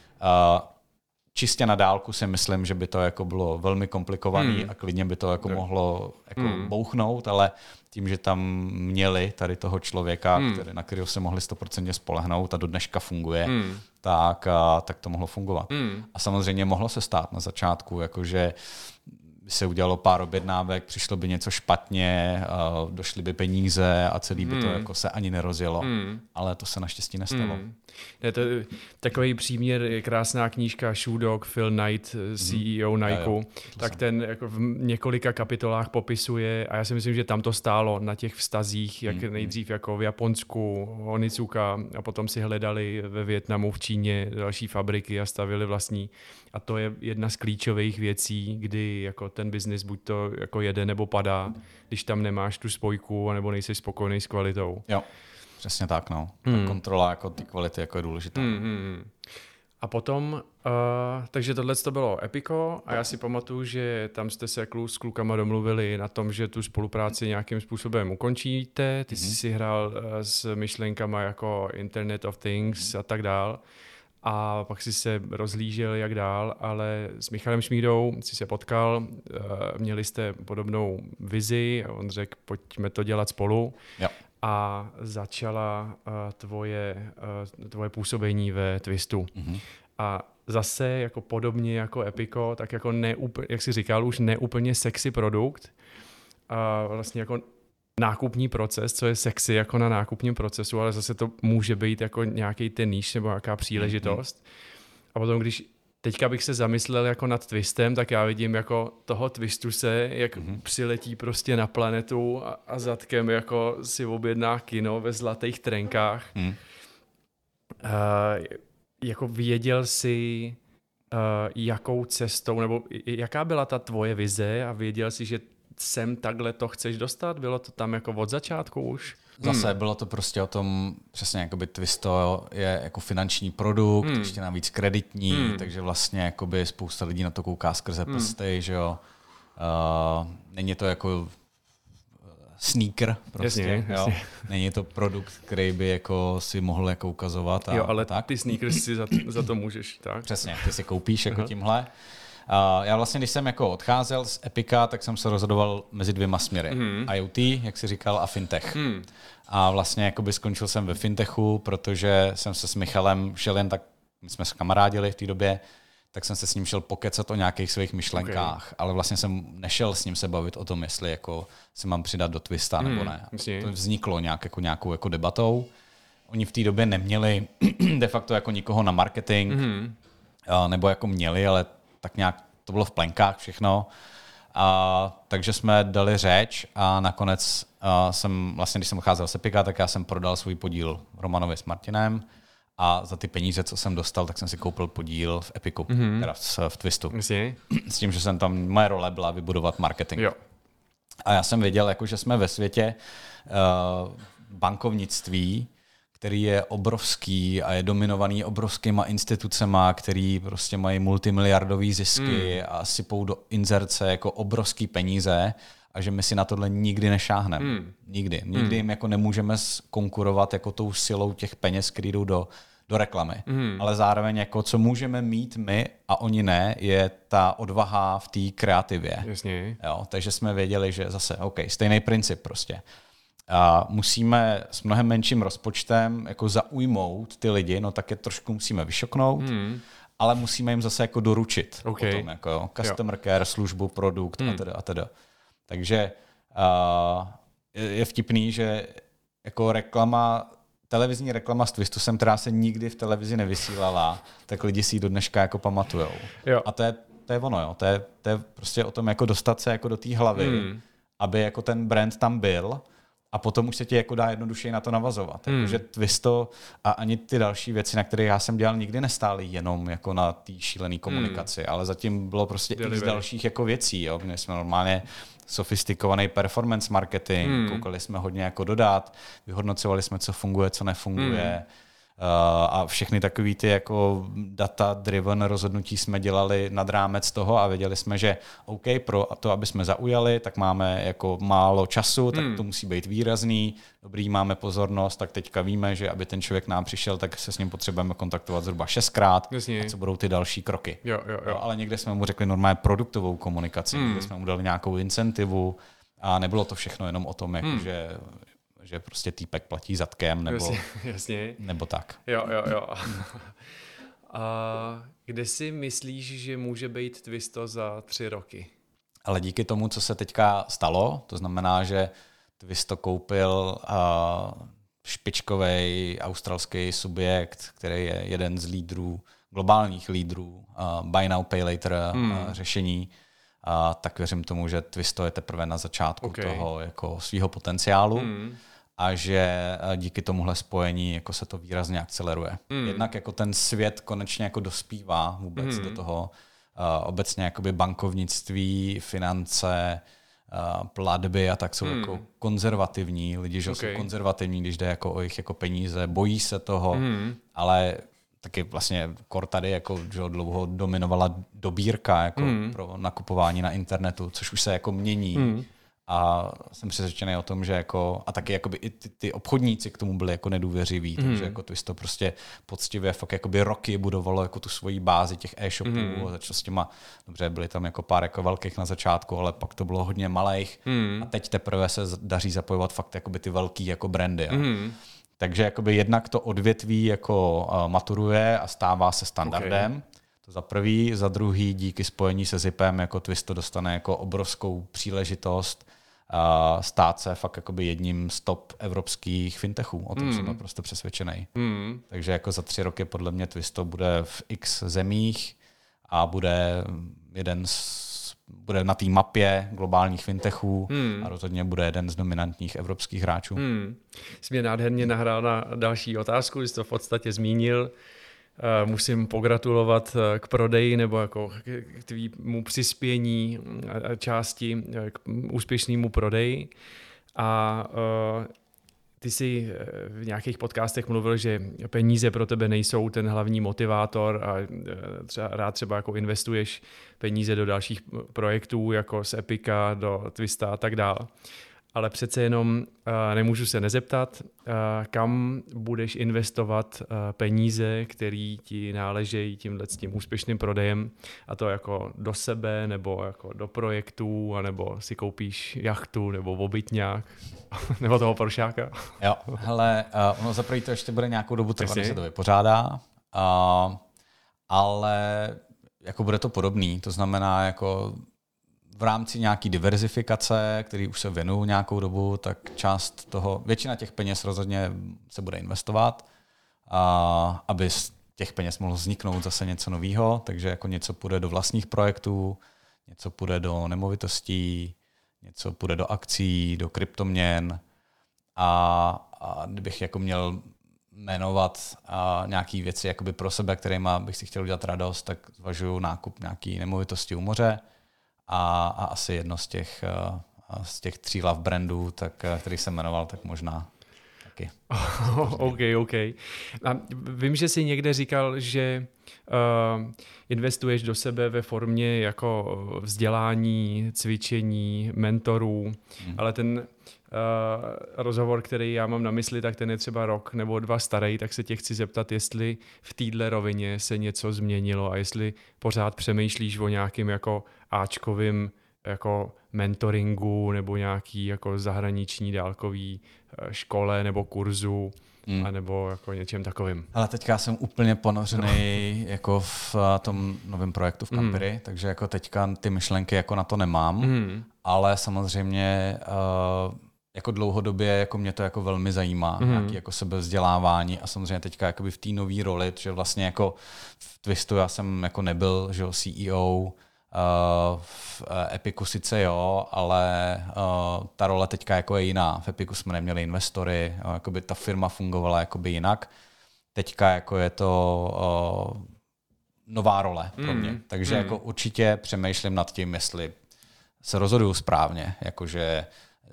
čistě na dálku si myslím, že by to jako bylo velmi komplikovaný a klidně by to jako mohlo jako bouchnout, ale tím, že tam měli tady toho člověka, na kterého se mohli 100% spolehnout a do dneška funguje, tak to mohlo fungovat. A samozřejmě mohlo se stát na začátku, jakože by se udělalo pár objednávek, přišlo by něco špatně, došly by peníze a celý by to jako se ani nerozjelo. Ale to se naštěstí nestalo. Je to takový příměr, je krásná knížka Shoe Dog, Phil Knight, CEO Nike, tak ten jako v několika kapitolách popisuje a já si myslím, že tam to stálo na těch vztazích, jak nejdřív jako v Japonsku, Onizuka a potom si hledali ve Vietnamu, v Číně další fabriky a stavili vlastní. A to je jedna z klíčových věcí, kdy jako ten biznis buď to jako jede nebo padá, když tam nemáš tu spojku nebo nejsi spokojený s kvalitou. Jo, přesně tak, no. Ta kontrola jako ty kvality jako je důležitá. A potom, takže tohle to bylo Epico a já si pamatuju, že tam jste se s klukama domluvili na tom, že tu spolupráci nějakým způsobem ukončíte. Ty jsi si hrál s myšlenkama jako Internet of Things a tak dál. A pak si se rozhlížel jak dál, ale s Michalem Šmídou si se potkal, měli jste podobnou vizi a on řekl, pojďme to dělat spolu. Jo. A začala tvoje působení ve Twistu. A zase jako podobně jako Epico, tak jako jak jsi říkal, už neúplně sexy produkt. A vlastně jako nákupní proces, co je sexy jako na nákupním procesu, ale zase to může být jako nějaký ten níž nebo nějaká příležitost. A potom, když teďka bych se zamyslel jako nad Twistem, tak já vidím jako toho Twistu se, jak přiletí prostě na planetu a zadkem jako si objedná kino ve zlatých trenkách. Jako věděl si, jakou cestou, nebo jaká byla ta tvoje vize a věděl si, že sem takhle to chceš dostat? Bylo to tam jako od začátku už? Zase bylo to prostě o tom, přesně jakoby Twisto je jako finanční produkt, ještě navíc kreditní, takže vlastně jakoby spousta lidí na to kouká skrze prsty, že jo. Není to jako sneaker prostě, jasně. Jo. Není to produkt, který by jako si mohl jako ukazovat. Jo, ale tak. Ty sneakers si za to můžeš, tak? Přesně, ty si koupíš jako tímhle. Já vlastně, když jsem jako odcházel z Epica, tak jsem se rozhodoval mezi dvěma směry. IoT, jak jsi říkal, a fintech. A vlastně jakoby skončil jsem ve fintechu, protože jsem se s Michalem šel jen tak, my jsme se kamarádili v té době, tak jsem se s ním šel pokecat o nějakých svých myšlenkách, ale vlastně jsem nešel s ním se bavit o tom, jestli jako se mám přidat do Twista nebo ne. To vzniklo nějakou jako debatou. Oni v té době neměli de facto jako nikoho na marketing, nebo jako měli, ale tak nějak to bylo v plenkách všechno. Takže jsme dali řeč a nakonec jsem vlastně, když jsem odcházel z Epika, tak já jsem prodal svůj podíl Romanovi s Martinem a za ty peníze, co jsem dostal, tak jsem si koupil podíl v Epiku, teda v Twistu. S tím, že jsem tam, moje role byla vybudovat marketing. Jo. A já jsem věděl, jako, že jsme ve světě bankovnictví, který je obrovský a je dominovaný obrovskýma institucema, který prostě mají multimiliardový zisky a sypou do inzerce jako obrovský peníze a že my si na tohle nikdy nešáhneme. Nikdy. Nikdy jim jako nemůžeme konkurovat jako tou silou těch peněz, které jdou do reklamy. Ale zároveň jako co můžeme mít my a oni ne, je ta odvaha v té kreativě. Jasně. Jo, takže jsme věděli, že zase stejný princip prostě. A musíme s mnohem menším rozpočtem jako zaujmout ty lidi, no tak je trošku musíme vyšoknout, ale musíme jim zase jako doručit potom, jako customer care, službu, produkt a teda. Takže je vtipný, že jako televizní reklama z Twistu která se nikdy v televizi nevysílala, tak lidi si ji do dneška jako pamatujou. Jo. A to je ono, jo. To je prostě o tom jako dostat se jako do té hlavy, aby jako ten brand tam byl a potom už se ti jako dá jednodušeji na to navazovat. Jakože Twisto a ani ty další věci, na které já jsem dělal, nikdy nestály jenom jako na té šílené komunikaci, ale zatím bylo prostě i z dalších jako věcí. Jo. My jsme normálně sofistikovaný performance marketing, koukali jsme hodně jako dodat, vyhodnocovali jsme, co funguje, co nefunguje. A všechny takový ty jako data-driven rozhodnutí jsme dělali nad rámec toho a věděli jsme, že OK, pro to, aby jsme zaujali, tak máme jako málo času, tak to musí být výrazný, dobrý, máme pozornost, tak teďka víme, že aby ten člověk nám přišel, tak se s ním potřebujeme kontaktovat zhruba 6krát a co budou ty další kroky. Jo. Ale někde jsme mu řekli normálně produktovou komunikaci, někde jsme mu dali nějakou incentivu a nebylo to všechno jenom o tom, jako že prostě týpek platí zadkem, nebo, jasně. nebo tak. Jo. A kde si myslíš, že může být Twisto za 3 roky? Ale díky tomu, co se teďka stalo, to znamená, že Twisto koupil špičkový australský subjekt, který je jeden z lídrů, globálních lídrů Buy Now, Pay Later řešení, tak věřím tomu, že Twisto je teprve na začátku toho jako svýho potenciálu. A že díky tomuhle spojení jako se to výrazně akceleruje. Jednak jako ten svět konečně jako dospívá vůbec do toho obecně jakoby bankovnictví, finance, platby a tak jsou jako konzervativní. Lidi, že jsou konzervativní, když jde jako o jejich jako peníze, bojí se toho, ale taky vlastně kor tady jako že dlouho dominovala dobírka jako pro nakupování na internetu, což už se jako mění. A jsem přesvědčený o tom, že jako, a taky jakoby i ty obchodníci k tomu byli jako nedůvěřiví, takže jako Twisto prostě poctivě fakt jakoby roky budovalo jako tu svoji bázi těch e-shopů a začalo s těma, dobře, byly tam jako pár jako velkých na začátku, ale pak to bylo hodně malých a teď teprve se daří zapojovat fakt jakoby ty velký jako brandy. Takže jakoby jednak to odvětví jako maturuje a stává se standardem. To za prvý, za druhý díky spojení se Zipem jako Twisto dostane jako obrovskou příležitost stát se fakt jakoby jedním z top evropských fintechů. O tom jsem naprosto přesvědčený. Takže jako za 3 roky podle mě Twisto bude v x zemích a bude bude na té mapě globálních fintechů a rozhodně bude jeden z dominantních evropských hráčů. Jsi mě nádherně nahrál na další otázku, jsi to v podstatě zmínil. Musím pogratulovat k prodeji nebo jako k tvýmu přispění a části k úspěšnému prodeji. A ty jsi v nějakých podcastech mluvil, že peníze pro tebe nejsou ten hlavní motivátor a rád třeba jako investuješ peníze do dalších projektů, jako z Epika, do Twista a tak dále. Ale přece jenom nemůžu se nezeptat, kam budeš investovat peníze, které ti náležejí tím úspěšným prodejem, a to jako do sebe, nebo jako do projektů, anebo si koupíš jachtu, nebo obytňák, nebo toho Poršáka. Jo, hele, ono za první to ještě bude nějakou dobu trvat, než se to vypořádá, ale jako bude to podobný, to znamená jako v rámci nějaký diverzifikace, který už se věnují nějakou dobu, tak část toho, většina těch peněz rozhodně se bude investovat, aby z těch peněz mohlo vzniknout zase něco nového, takže jako něco půjde do vlastních projektů, něco půjde do nemovitostí, něco půjde do akcí, do kryptoměn a kdybych jako měl jmenovat nějaké věci jakoby pro sebe, kterýma bych si chtěl udělat radost, tak zvažuji nákup nějaký nemovitosti u moře a asi jedno z těch 3 love brandů, který jsem jmenoval, tak možná taky. OK. A vím, že jsi někde říkal, že investuješ do sebe ve formě jako vzdělání, cvičení, mentorů, ale ten rozhovor, který já mám na mysli, tak ten je třeba rok nebo 2 starý, tak se tě chci zeptat, jestli v téhle rovině se něco změnilo a jestli pořád přemýšlíš o nějakým jako áčkovým jako mentoringu nebo nějaký jako zahraniční dálkový škole nebo kurzu a nebo jako něčem takovým. Ale teďka jsem úplně ponořený jako v tom novém projektu v Campery, takže jako teďka ty myšlenky jako na to nemám, ale samozřejmě jako dlouhodobě jako mě to jako velmi zajímá, nějaký jako sebevzdělávání a samozřejmě teďka jakoby v té nové roli, že vlastně jako v Twistu já jsem jako nebyl, že CEO, v Epiku sice jo, ale ta role teďka jako je jiná. V Epiku jsme neměli investory, jakoby ta firma fungovala jakoby jinak. Teďka jako je to nová role pro mě. Takže jako určitě přemýšlím nad tím, jestli se rozhoduju správně, jakože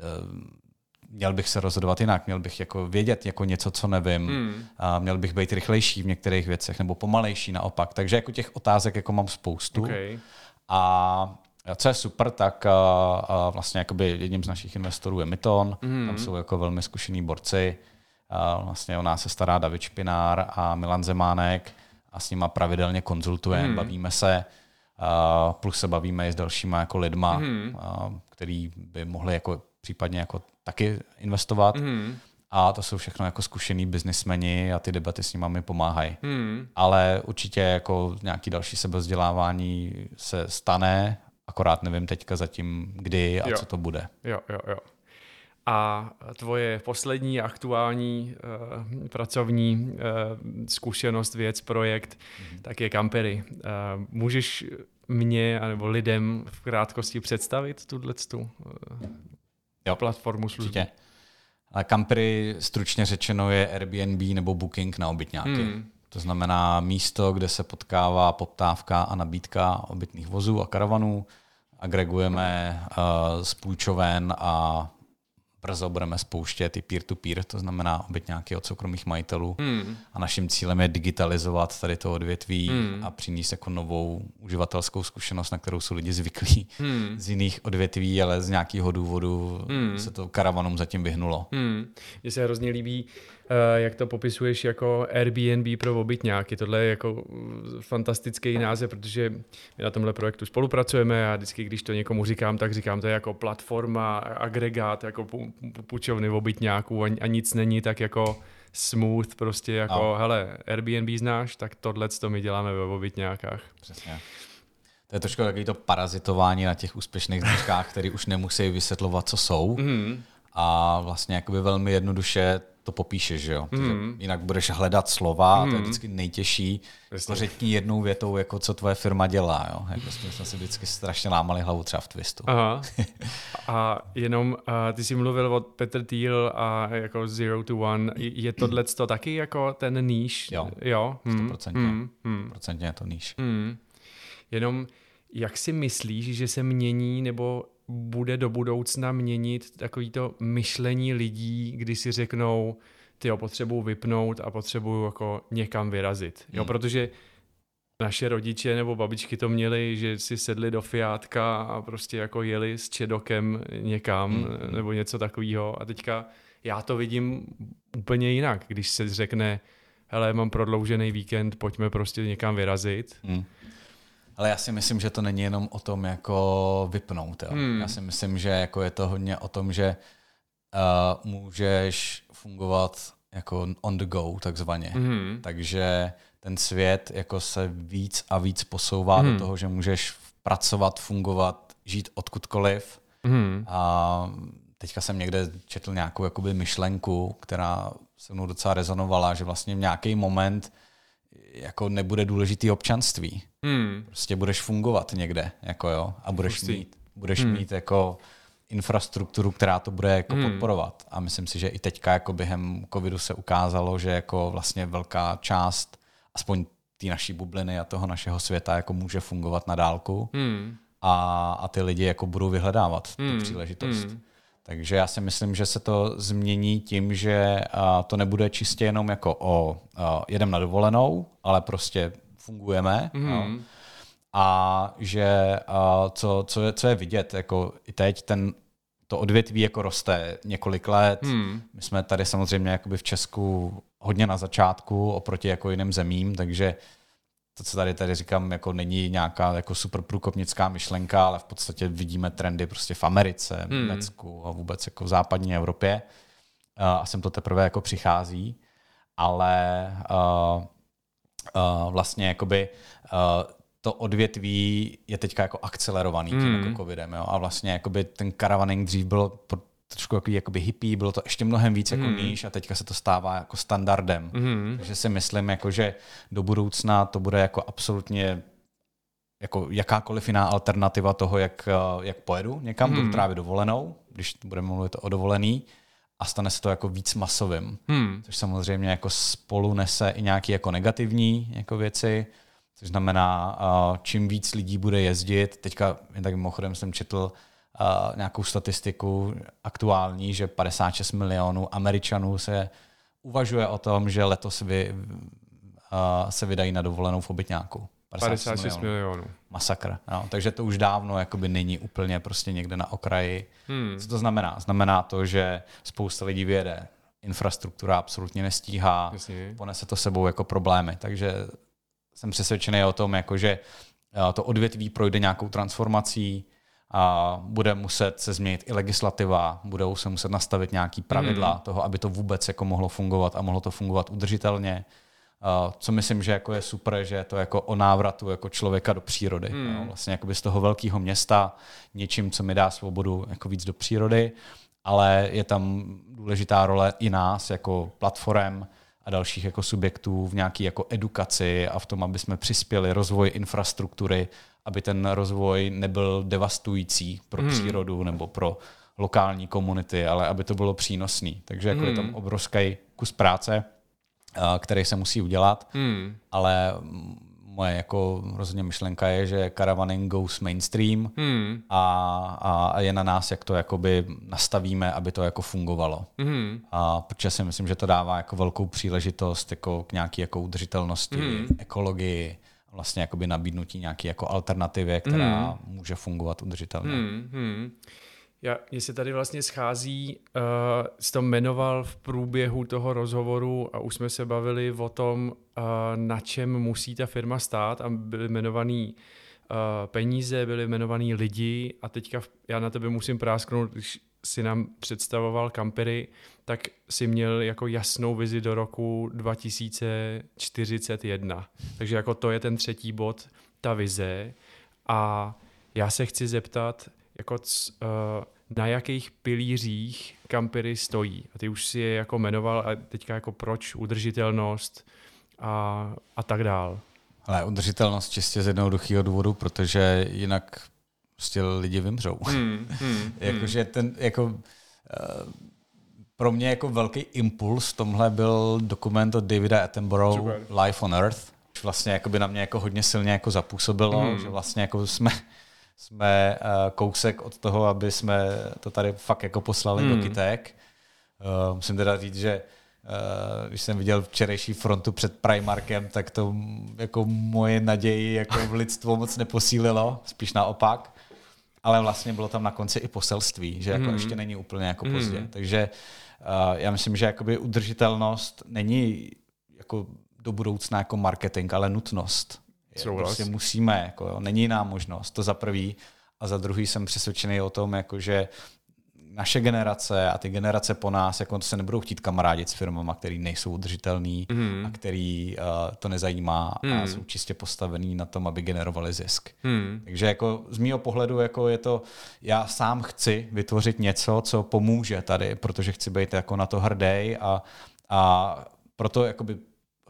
měl bych se rozhodovat jinak, měl bych jako vědět jako něco, co nevím, měl bych být rychlejší v některých věcech nebo pomalejší naopak. Takže jako těch otázek jako mám spoustu. Okay. A co je super, tak vlastně jakoby jedním z našich investorů je Myton, tam jsou jako velmi zkušení borci. Vlastně o nás se stará David Špinár a Milan Zemánek a s nima pravidelně konzultujeme, bavíme se, plus se bavíme i s dalšíma jako lidma, který by mohli jako případně jako taky investovat. A to jsou všechno jako zkušený biznismeni a ty debaty s nimi mi pomáhají. Ale určitě jako nějaký další sebevzdělávání se stane, akorát nevím teďka zatím kdy a co to bude. Jo. A tvoje poslední aktuální pracovní zkušenost, věc, projekt, tak je Campery. Můžeš mě nebo lidem v krátkosti představit tuto platformu služby? Určitě. Ale Campery stručně řečeno je Airbnb nebo booking na obytňáky. To znamená místo, kde se potkává poptávka a nabídka obytných vozů a karavanů. Agregujeme z půjčoven a brzo budeme spouštět i peer-to-peer, to znamená obytňáky od soukromých majitelů. A naším cílem je digitalizovat tady to odvětví a přinést jako novou uživatelskou zkušenost, na kterou jsou lidi zvyklí z jiných odvětví, ale z nějakého důvodu se to karavanům zatím vyhnulo. Mně se hrozně líbí, jak to popisuješ jako Airbnb pro obytňáky. Tohle je jako fantastický název, protože my na tomhle projektu spolupracujeme a vždycky, když to někomu říkám, tak říkám, to je jako platforma, agregát, jako půjčovny obytňáků a nic není tak jako smooth, prostě jako, hele, Airbnb znáš, tak tohleto my děláme ve obytňákách. Přesně. To je trošku takový to parazitování na těch úspěšných značkách, který už nemusí vysvětlovat, co jsou. A vlastně jakoby velmi jednoduše to popíšeš, že jo? Jinak budeš hledat slova, to je vždycky nejtěžší. Řekni jednou větou, jako co tvoje firma dělá, jo? Jako jsme si vždycky strašně lámali hlavu třeba v Twistu. Aha. A jenom ty jsi mluvil o Peter Thiel a jako 0 to 1. Je tohleto taky jako ten níž? Jo? 100%. 100% je to níž. Jenom jak si myslíš, že se mění nebo bude do budoucna měnit takovýto myšlení lidí, kdy si řeknou, tyjo, potřebuji vypnout a potřebuji jako někam vyrazit. Jo, protože naše rodiče nebo babičky to měli, že si sedli do Fiatka a prostě jako jeli s čedokem někam nebo něco takového. A teďka já to vidím úplně jinak, když se řekne, hele, mám prodloužený víkend, pojďme prostě někam vyrazit. Ale já si myslím, že to není jenom o tom jako vypnout. Jo. Já si myslím, že jako je to hodně o tom, že můžeš fungovat jako on the go takzvaně. Takže ten svět jako se víc a víc posouvá do toho, že můžeš pracovat, fungovat, žít odkudkoliv. A teďka jsem někde četl nějakou jakoby myšlenku, která se mnou docela rezonovala, že vlastně v nějaký moment jako nebude důležitý občanství. Prostě budeš fungovat někde, jako jo, a budeš mít jako infrastrukturu, která to bude jako podporovat. A myslím si, že i teďka jako během covidu se ukázalo, že jako vlastně velká část, aspoň té naší bubliny a toho našeho světa jako může fungovat na dálku a ty lidi jako budou vyhledávat tu příležitost. Takže já si myslím, že se to změní tím, že to nebude čistě jenom jako jedem na dovolenou, ale prostě fungujeme. A že co je vidět, jako i teď to odvětví jako roste několik let. My jsme tady samozřejmě jakoby v Česku hodně na začátku oproti jako jiným zemím, takže to, co tady říkám, jako není nějaká jako super průkopnická myšlenka, ale v podstatě vidíme trendy prostě v Americe, v Německu a vůbec jako v západní Evropě. A sem to teprve jako přichází, ale vlastně jakoby to odvětví je teďka jako akcelerovaný tím jako covidem. Jo? A vlastně jakoby ten caravaning dřív bylo trošku jakoby hippie, bylo to ještě mnohem víc jako níž a teďka se to stává jako standardem. Takže si myslím, jako, že do budoucna to bude jako absolutně jako jakákoliv jiná alternativa toho, jak pojedu někam, budu trávit dovolenou, když budeme mluvit o dovolený, a stane se to jako víc masovým. Což samozřejmě jako spolu nese i nějaké jako negativní jako věci, což znamená, čím víc lidí bude jezdit. Teďka, jen tak mimochodem jsem četl nějakou statistiku aktuální, že 56 milionů Američanů se uvažuje o tom, že letos se vydají na dovolenou v obytňáku. 56 milionů. Masakr. No, takže to už dávno jakoby není úplně prostě někde na okraji. Co to znamená? Znamená to, že spousta lidí vyjede. Infrastruktura absolutně nestíhá. Jasně. Ponese to sebou jako problémy. Takže jsem přesvědčený o tom, jako, že to odvětví projde nějakou transformací, a bude muset se změnit i legislativa, budou se muset nastavit nějaký pravidla toho, aby to vůbec jako mohlo fungovat a mohlo to fungovat udržitelně. Co myslím, že jako je super, že je to jako o návratu jako člověka do přírody. No, vlastně jakoby z toho velkého města něčím, co mi dá svobodu jako víc do přírody, ale je tam důležitá role i nás jako platform a dalších jako subjektů v nějaké jako edukaci a v tom, aby jsme přispěli rozvoji infrastruktury, aby ten rozvoj nebyl devastující pro přírodu nebo pro lokální komunity, ale aby to bylo přínosný. Takže jako je tam obrovský kus práce, který se musí udělat, ale moje jako rozhodně myšlenka je, že caravaning goes mainstream a je na nás, jak to jakoby nastavíme, aby to jako fungovalo. A protože si myslím, že to dává jako velkou příležitost jako k nějaké jako udržitelnosti, ekologii, vlastně jakoby nabídnutí nějaké jako alternativě, která může fungovat udržitelně. Mně se tady vlastně schází, jsi to jmenoval v průběhu toho rozhovoru a už jsme se bavili o tom, na čem musí ta firma stát a byly jmenovaný peníze, byly jmenovaný lidi a teďka já na tebe musím prásknout, když si nám představoval Campery, tak si měl jako jasnou vizi do roku 2041. Takže jako to je ten třetí bod, ta vize. A já se chci zeptat, jako na jakých pilířích Campery stojí. A ty už si je jako jmenoval a teďka jako proč udržitelnost a tak dál. Ale udržitelnost čistě z jednoduchého důvodu, protože jinak prostě lidi vymřou. Jakože pro mě jako velký impuls v tomhle byl dokument od Davida Attenborough Life on Earth. Vlastně jako by na mě jako hodně silně jako zapůsobilo, že vlastně jako jsme kousek od toho, aby jsme to tady fakt jako poslali do kytek. Musím teda říct, že když jsem viděl včerejší frontu před Primarkem, tak to jako moje naději jako v lidstvo moc neposílilo, spíš naopak. Ale vlastně bylo tam na konci i poselství, že jako ještě není úplně jako pozdě. Takže já myslím, že jakoby udržitelnost není jako do budoucna jako marketing, ale nutnost. Prostě musíme, jako, jo, není jiná možnost, to za prvý. A za druhý jsem přesvědčený o tom, jako, že naše generace a ty generace po nás jako se nebudou chtít kamarádit s firmama, který nejsou udržitelný a který to nezajímá a jsou čistě postavený na tom, aby generovali zisk. Takže jako z mýho pohledu jako je to, já sám chci vytvořit něco, co pomůže tady, protože chci být jako na to hrdý a proto jakoby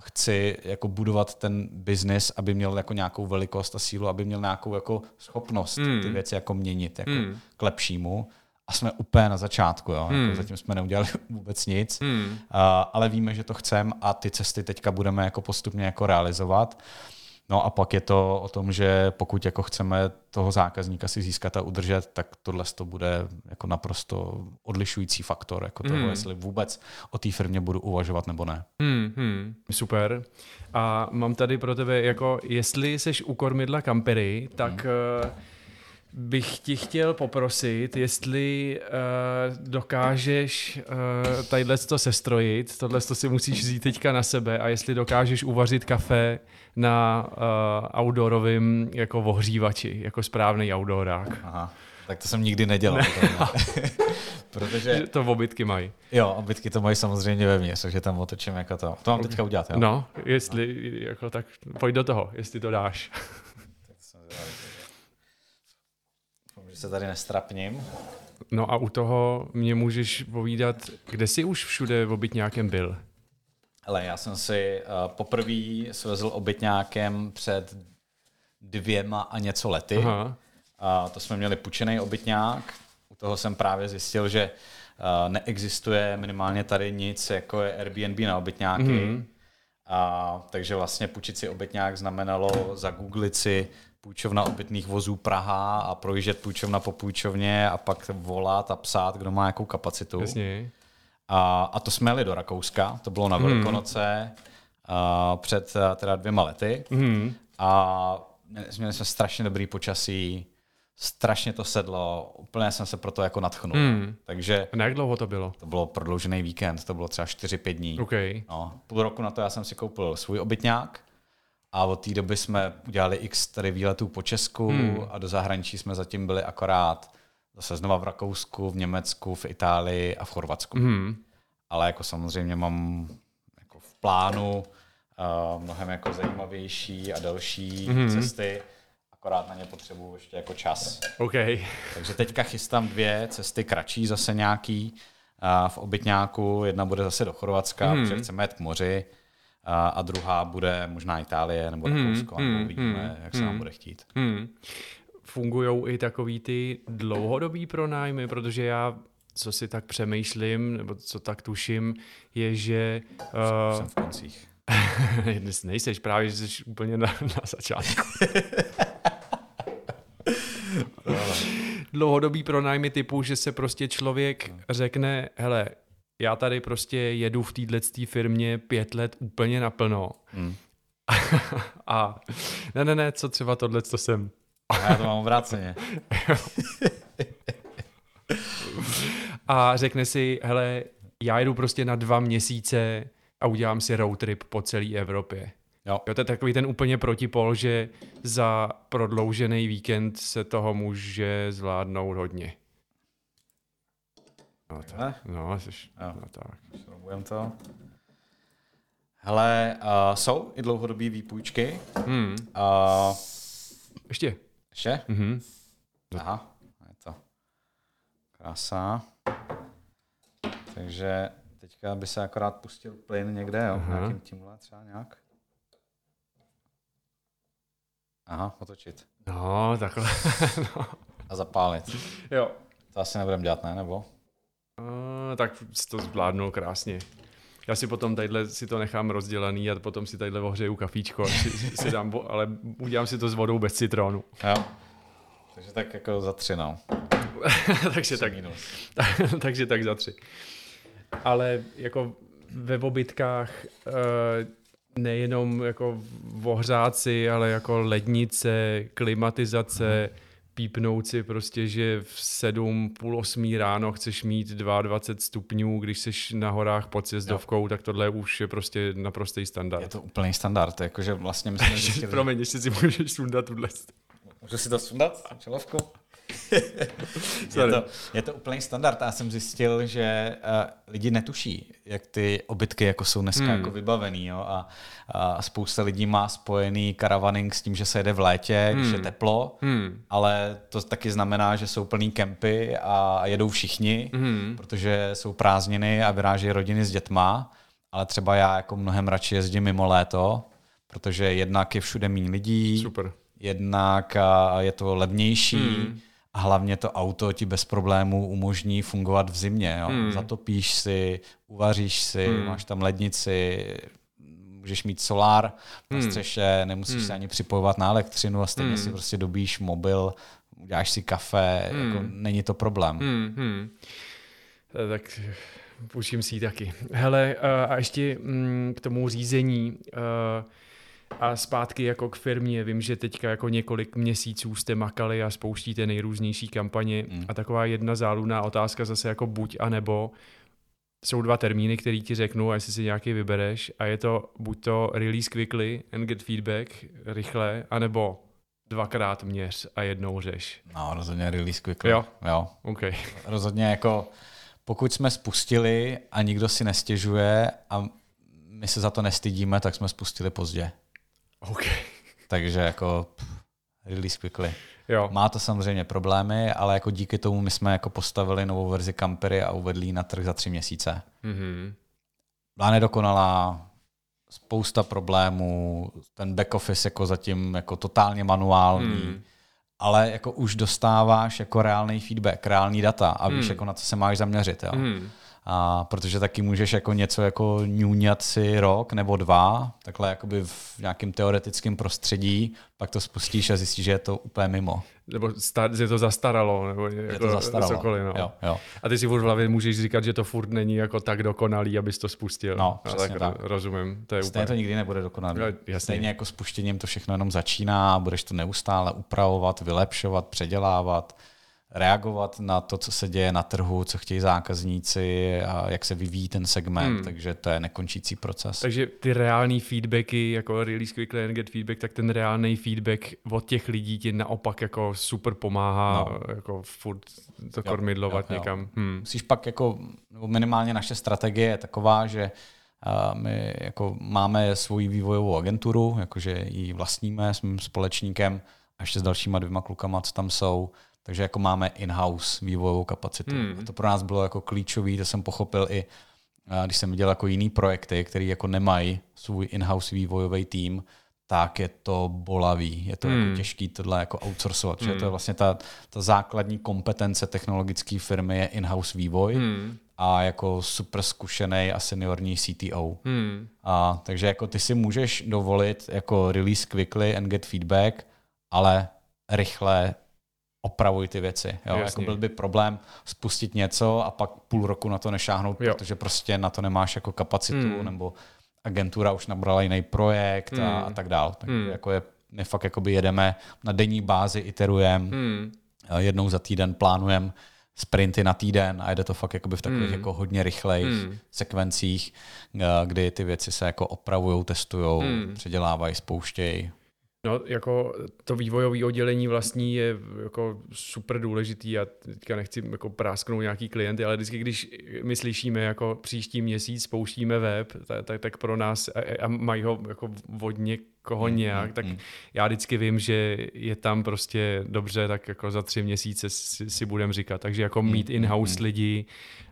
chci jako budovat ten biznis, aby měl jako nějakou velikost a sílu, aby měl nějakou jako schopnost ty věci jako měnit jako k lepšímu. A jsme úplně na začátku, jo. Jako zatím jsme neudělali vůbec nic, ale víme, že to chceme a ty cesty teďka budeme jako postupně jako realizovat. No a pak je to o tom, že pokud jako chceme toho zákazníka si získat a udržet, tak tohle to bude jako naprosto odlišující faktor jako toho, jestli vůbec o té firmě budu uvažovat nebo ne. Super. A mám tady pro tebe, jako jestli seš u kormidla Campery, tak bych ti chtěl poprosit, jestli dokážeš tadyhle to sestrojit, tohle to si musíš vzít teďka na sebe a jestli dokážeš uvařit kafe na outdoorovém jako ohřívači, jako správný outdoorák. Aha, tak to jsem nikdy nedělal. Protože to obytky mají. Jo, obytky to mají samozřejmě vevnitř, takže tam otočím jako to. To mám teďka udělat, jo? No, jestli, jako tak pojď do toho, jestli to dáš. Že se tady nestrapním. No a u toho mě můžeš povídat, kde jsi už všude v obytňákem byl? Hele, já jsem si poprvé svezl obytňákem před 2 a něco lety. Aha. To jsme měli půjčený obytňák. U toho jsem právě zjistil, že neexistuje minimálně tady nic, jako je Airbnb na obytňáky. Takže vlastně půjčit si obytňák znamenalo zagooglit si půjčovna obytných vozů Praha a projíždět půjčovna po půjčovně a pak volat a psát, kdo má jakou kapacitu. Jasně. A to jsme jeli do Rakouska, to bylo na Velikonoce před teda 2 lety. A měli jsme strašně dobrý počasí, strašně to sedlo, úplně jsem se proto jako nadchnul. Takže a jak dlouho to bylo? To bylo prodloužený víkend, to bylo třeba 4-5 dní. Okay. No, půl roku na to já jsem si koupil svůj obytňák a od té doby jsme udělali x tady výletů po Česku a do zahraničí jsme zatím byli akorát zase znova v Rakousku, v Německu, v Itálii a v Chorvatsku. Ale jako samozřejmě mám jako v plánu mnohem jako zajímavější a další cesty, akorát na ně potřebuju ještě jako čas. Okay. Takže teďka chystám 2 cesty kratší zase nějaký v obytňáku. Jedna bude zase do Chorvatska, protože chceme jet k moři a druhá bude možná Itálie nebo Rakousko, nebo uvidíme, jak se nám bude chtít. Fungujou i takový ty dlouhodobý pronájmy, protože já, co si tak přemýšlím, nebo co tak tuším, je, že... Jsem v koncích. Nejseš, právě, že jsi úplně na začátku. Dlouhodobý pronájmy typu, že se prostě člověk řekne, hele, já tady prostě jedu v této firmě 5 let úplně naplno. A ne, co třeba tohle, co jsem. Já to mám obráceně. A řekne si, hele, já jedu prostě na 2 měsíce a udělám si road trip po celé Evropě. Jo, to je takový ten úplně protipol, že za prodloužený víkend se toho může zvládnout hodně. No tak. No tak. Šroubujeme to. Hele, jsou i dlouhodobý výpůjčky. Ještě? Aha, je to krása. Takže teďka by se akorát pustil plyn někde, jo? Nějakým tímhle třeba nějak. Aha, otočit. No, takhle. No. A zapálit. Jo. To asi nebudeme dělat, ne? Nebo? Tak to zvládnul krásně. Já si potom tadyhle si to nechám rozdělaný a potom si tadyhle ohřeju kafíčko, si dám, ale udělám si to s vodou bez citronu. Jo. Takže tak jako za 3, no. takže tak za 3. Ale jako ve obytkách nejenom jako ohřáci, ale jako lednice, klimatizace, pípnout si prostě, že v 7, půl 8 ráno chceš mít 22 stupňů, když jsi na horách pod sjezdovkou, tak tohle už je prostě naprostý standard. Je to úplný standard, jakože vlastně my jsme zjistili... Promiň, ještě si můžeš sundat tuhle. Můžu si to sundat, čelovku? je to úplný standard. Já jsem zjistil, že lidi netuší, jak ty obytky jako jsou dneska jako vybavený. Jo? A spousta lidí má spojený caravaning s tím, že se jede v létě, když je teplo, ale to taky znamená, že jsou plný kempy a jedou všichni, protože jsou prázdniny a vyrážejí rodiny s dětma. ale třeba já jako mnohem radši jezdím mimo léto, protože jednak je všude méně lidí, Super. jednak je to levnější a hlavně to auto ti bez problémů umožní fungovat v zimě. Jo? Zatopíš si, uvaříš si, máš tam lednici, můžeš mít solár na střeše, nemusíš se ani připojovat na elektřinu a stejně si prostě dobíš mobil, uděláš si kafe, jako není to problém. Tak půjčím si ji taky. Hele, a ještě k tomu řízení a zpátky jako k firmě. Vím, že teďka jako několik měsíců jste makali a spouštíte nejrůznější kampaně a taková jedna záludná otázka zase jako buď a nebo. Jsou 2 termíny, které ti řeknu, a jestli si nějaký vybereš, a je to buď to release quickly and get feedback rychle, anebo 2x měř a jednou řeš. No, rozhodně release quickly. Jo? Okay. Rozhodně jako pokud jsme spustili a nikdo si nestěžuje a my se za to nestydíme, tak jsme spustili pozdě. Okay. Takže jako release quickly. Jo. Má to samozřejmě problémy, ale jako díky tomu my jsme jako postavili novou verzi Campery a uvedli ji na trh za 3 měsíce. Byla nedokonalá, spousta problémů, ten back office jako zatím jako totálně manuální, ale jako už dostáváš jako reálný feedback, reální data a víš, jako na co se máš zaměřit. Jo. A protože taky můžeš jako něco jako ňuňat si rok nebo 2, takhle jakoby v nějakém teoretickém prostředí, pak to spustíš a zjistíš, že je to úplně mimo. Nebo je to zastaralo, nebo je to zastaralo. Cokoliv, no. Jo. A ty si furt v hlavě můžeš říkat, že to furt není jako tak dokonalý, abys to spustil. No, přesně tak. Rozumím. To je stejně to nikdy nebude dokonalý. No, stejně jako spuštěním to všechno jenom začíná, budeš to neustále upravovat, vylepšovat, předělávat, reagovat na to, co se děje na trhu, co chtějí zákazníci a jak se vyvíjí ten segment, takže to je nekončící proces. Takže ty reální feedbacky, jako release quickly and get feedback, tak ten reálný feedback od těch lidí ti naopak jako super pomáhá jako furt to kormidlovat někam. Musíš pak jako, nebo minimálně naše strategie je taková, že my jako máme svoji vývojovou agenturu, jakože ji vlastníme s mým společníkem a ještě s dalšíma 2 klukama, co tam jsou. Takže jako máme in-house vývojovou kapacitu. A to pro nás bylo jako klíčový, to jsem pochopil i, když jsem viděl jako jiný projekty, které jako nemají svůj in-house vývojový tým, tak je to bolavý, je to jako těžký tohle jako outsourcovat. Protože to je vlastně ta základní kompetence technologické firmy je in-house vývoj a jako super zkušený a seniorní CTO. Takže jako ty si můžeš dovolit jako release quickly and get feedback, ale rychle opravuj ty věci. Jo? Jako byl by problém spustit něco a pak půl roku na to nešáhnout, protože prostě na to nemáš jako kapacitu, nebo agentura už nabrala jiný projekt a tak dál. Takže jako my fakt jakoby jedeme na denní bázi, iterujeme, jednou za týden plánujeme sprinty na týden a jde to fakt jakoby v takových jako hodně rychlejch sekvencích, kdy ty věci se jako opravujou, testujou, předělávají, spouštějí. No, jako to vývojové oddělení vlastní je jako super důležitý. Já teďka nechci jako prásknout nějaký klienty, ale vždycky, když my slyšíme jako příští měsíc spouštíme web, tak pro nás a mají ho jako od někoho nějak, tak já vždycky vím, že je tam prostě dobře, tak jako za 3 měsíce si budem říkat. Takže jako mít in-house lidi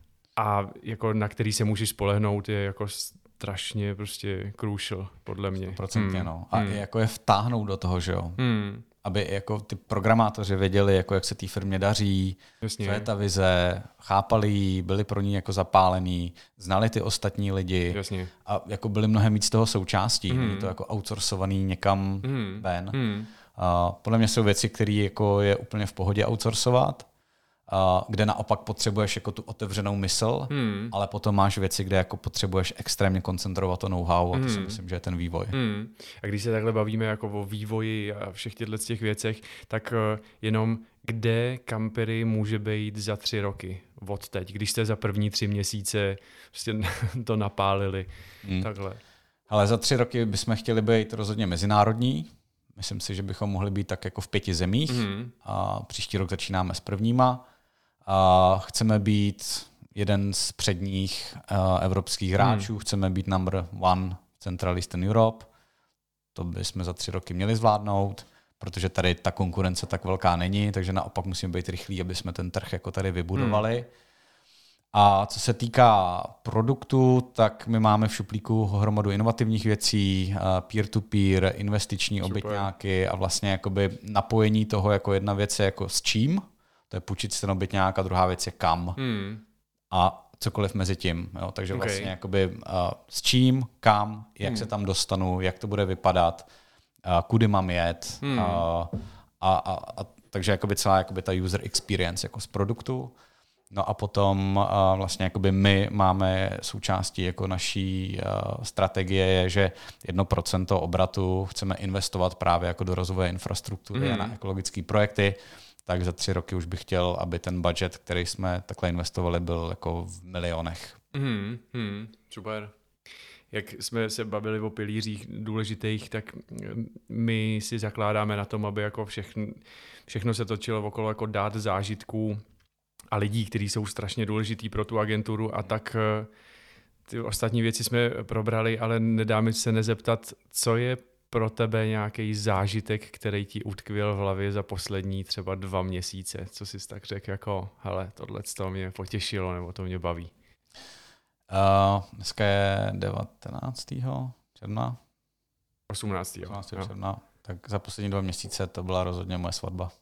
a jako na který se můžeš spolehnout je jako strašně prostě crucial, podle mě. 100%, no. A jako je vtáhnout do toho, že jo. Aby jako ty programátoři věděli, jako jak se té firmě daří, co je ta vize, chápali ji, byli pro ní jako zapálení, znali ty ostatní lidi a jako byli mnohem víc toho součástí. Není to jako outsourcovaný někam ven. A podle mě jsou věci, které jako je úplně v pohodě outsourcovat, kde naopak potřebuješ jako tu otevřenou mysl, ale potom máš věci, kde jako potřebuješ extrémně koncentrovat to know-how a to si myslím, že je ten vývoj. A když se takhle bavíme jako o vývoji a všech těch věcech, tak jenom kde Campery může být za 3 roky od teď, když jste za první 3 měsíce prostě to napálili. Takhle. Ale za 3 roky bychom chtěli být rozhodně mezinárodní. Myslím si, že bychom mohli být tak jako v 5 zemích. A příští rok začínáme s prvníma. A chceme být jeden z předních evropských hráčů, chceme být number 1 Central Eastern Europe. To bychom za 3 roky měli zvládnout, protože tady ta konkurence tak velká není, takže naopak musíme být rychlí, aby jsme ten trh jako tady vybudovali. A co se týká produktu, tak my máme v šuplíku hromadu inovativních věcí, peer-to-peer, investiční obytňáky a vlastně jakoby napojení toho, jako jedna věc je jako s čím, to je půjčit si ten obytňák, a druhá věc je kam. A cokoliv mezi tím. Jo? Takže vlastně jakoby, s čím, kam, jak se tam dostanu, jak to bude vypadat, kudy mám jet. Takže jakoby celá jakoby ta user experience jako z produktu. No a potom vlastně jakoby my máme součástí jako naší strategie je, že 1% obratu chceme investovat právě jako do rozvoje infrastruktury a na ekologické projekty. Tak za 3 roky už bych chtěl, aby ten budget, který jsme takhle investovali, byl jako v milionech. Super. Jak jsme se bavili o pilířích důležitých, tak my si zakládáme na tom, aby jako všechno se točilo okolo jako dát zážitků a lidí, kteří jsou strašně důležitý pro tu agenturu, a tak ty ostatní věci jsme probrali, ale nedá mi se nezeptat, co je pro tebe nějaký zážitek, který ti utkvěl v hlavě za poslední třeba 2 měsíce? Co jsi tak řekl jako, hele, tohle mě potěšilo, nebo to mě baví? Dneska je 19. června. 18. června. Tak za poslední 2 měsíce to byla rozhodně moje svatba.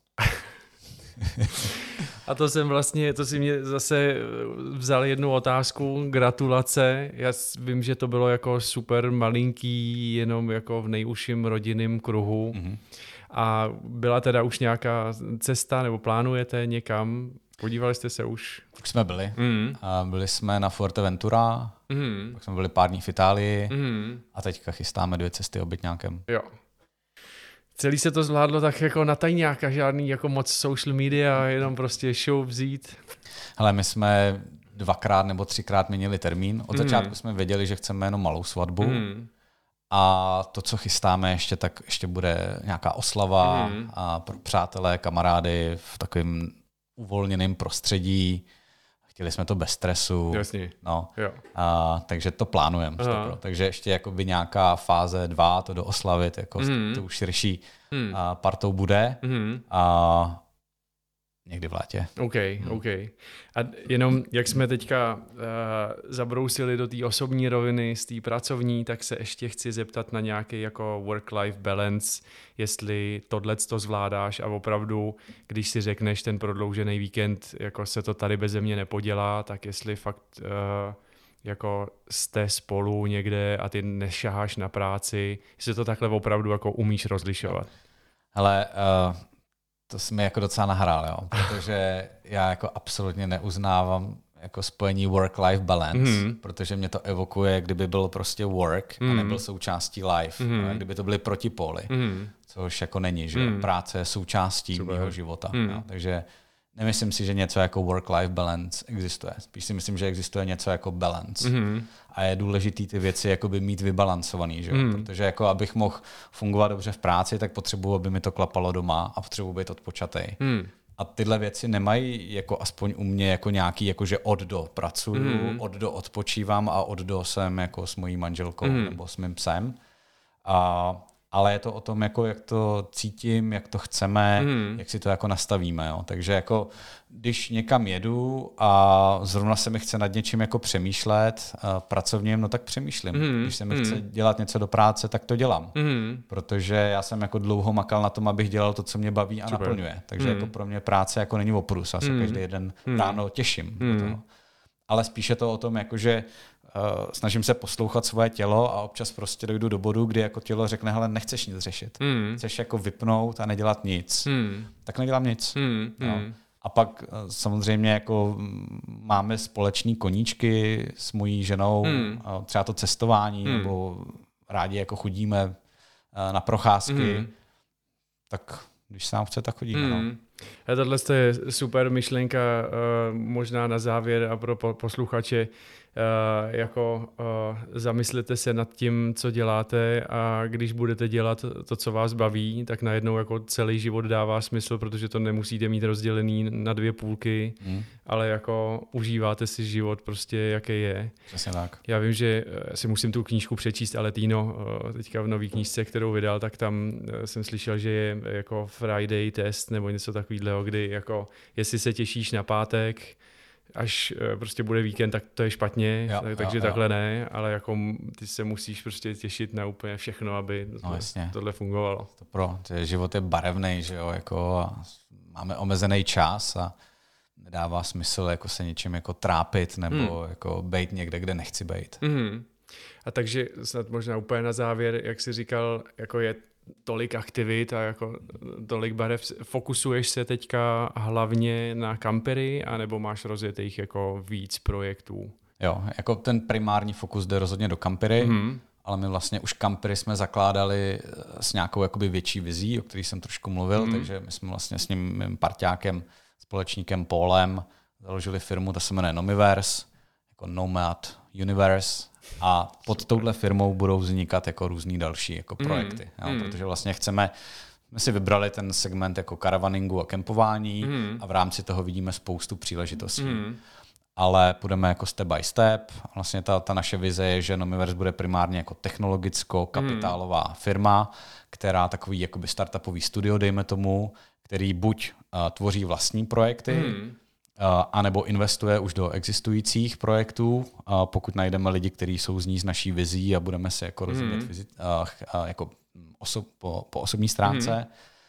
A to si mě zase vzal jednu otázku, gratulace. Já vím, že to bylo jako super malinký, jenom jako v nejužším rodinném kruhu. A byla teda už nějaká cesta, nebo plánujete někam? Podívali jste se už? Už jsme byli. Byli jsme na Fuerteventura, pak jsme byli pár dní v Itálii a teďka chystáme 2 cesty obytňákem. Jo. Celý se to zvládlo tak jako na tajňáka, žádný jako moc social media, jenom prostě show vzít. Hele, my jsme 2x nebo 3x měnili termín. Od začátku jsme věděli, že chceme jenom malou svatbu. A to, co chystáme ještě, tak ještě bude nějaká oslava a pro přátelé, kamarády v takovém uvolněném prostředí. Chtěli jsme to bez stresu. Jasně. No. Jo. Takže to plánujeme. Takže ještě jakoby nějaká fáze 2 to dooslavit, jako to už širší partou bude. A někdy v létě. OK. A jenom, jak jsme teďka zabrousili do té osobní roviny, z té pracovní, tak se ještě chci zeptat na nějaký jako work-life balance, jestli tohleto zvládáš a opravdu, když si řekneš ten prodloužený víkend, jako se to tady beze mě nepodělá, tak jestli fakt jako jste spolu někde a ty nešaháš na práci, jestli to takhle opravdu jako umíš rozlišovat. Hele, to jsi mi jako docela nahrál, jo? Protože já jako absolutně neuznávám jako spojení work-life balance, protože mě to evokuje, kdyby byl prostě work a nebyl součástí life, kdyby to byly protipóly, což jako není, že práce je součástí mého života. Jo? Takže nemyslím si, že něco jako work-life balance existuje. Spíš si myslím, že existuje něco jako balance. A je důležité ty věci jakoby mít vybalancovaný, že? Protože jako abych mohl fungovat dobře v práci, tak potřebuji, aby mi to klapalo doma a potřebuji být odpočatej. A tyhle věci nemají jako aspoň u mě jako nějaký, jakože od do pracuju, od do odpočívám a od do jsem jako s mojí manželkou nebo s mým psem. Ale je to o tom, jako jak to cítím, jak to chceme, jak si to jako nastavíme. Jo. Takže jako, když někam jedu a zrovna se mi chce nad něčím jako přemýšlet pracovním, no tak přemýšlím. Když se mi chce dělat něco do práce, tak to dělám. Protože já jsem jako dlouho makal na tom, abych dělal to, co mě baví a naplňuje. Takže jako pro mě práce jako není oprus. Já se každý jeden ráno těším do toho. Ale spíše to o tom, jakože snažím se poslouchat svoje tělo a občas prostě dojdu do bodu, kdy jako tělo řekne, hele, nechceš nic řešit. Chceš jako vypnout a nedělat nic. Tak nedělám nic. No. A pak samozřejmě jako máme společný koníčky s mojí ženou, třeba to cestování, nebo rádi jako chodíme na procházky. Tak když se nám chce, tak chodíme. No. Tohle je super myšlenka, možná na závěr a pro posluchače, zamyslete se nad tím, co děláte, a když budete dělat to, co vás baví, tak najednou jako celý život dává smysl, protože to nemusíte mít rozdělený na 2 půlky, ale jako užíváte si život prostě, jaký je. Přesně tak. Já vím, že si musím tu knížku přečíst, ale Týno teďka v nový knížce, kterou vydal, tak tam jsem slyšel, že je jako Friday test nebo něco takového, kdy jako jestli se těšíš na pátek, až prostě bude víkend, tak to je špatně, takže takhle ne, ale jako ty se musíš prostě těšit na úplně všechno, aby tohle fungovalo. Život je barevný, že jo, jako máme omezený čas a nedává smysl jako se něčím jako trápit nebo jako bejt někde, kde nechci bejt. A takže snad možná úplně na závěr, jak jsi říkal, jako je tolik aktivit a jako tolik barev. Fokusuješ se teďka hlavně na kampery, anebo máš rozjetých jako víc projektů? Jo, jako ten primární fokus jde rozhodně do kampery, ale my vlastně už kampery jsme zakládali s nějakou jakoby větší vizí, o který jsem trošku mluvil, takže my jsme vlastně s ním mým parťákem, společníkem Paulem založili firmu, ta se jmenuje Nomiverse, jako Nomad Universe, a pod touhle firmou budou vznikat jako různý další jako projekty, protože vlastně jsme si vybrali ten segment jako karavaningu a kempování a v rámci toho vidíme spoustu příležitostí. Ale půjdeme jako step by step. Vlastně ta naše vize je, že Nomiverse bude primárně jako technologicko-kapitálová firma, která takový jakoby startupový studio, dejme tomu, který buď tvoří vlastní projekty, anebo investuje už do existujících projektů, pokud najdeme lidi, kteří souzní s naší vizí a budeme se jako rozumět jako po osobní stránce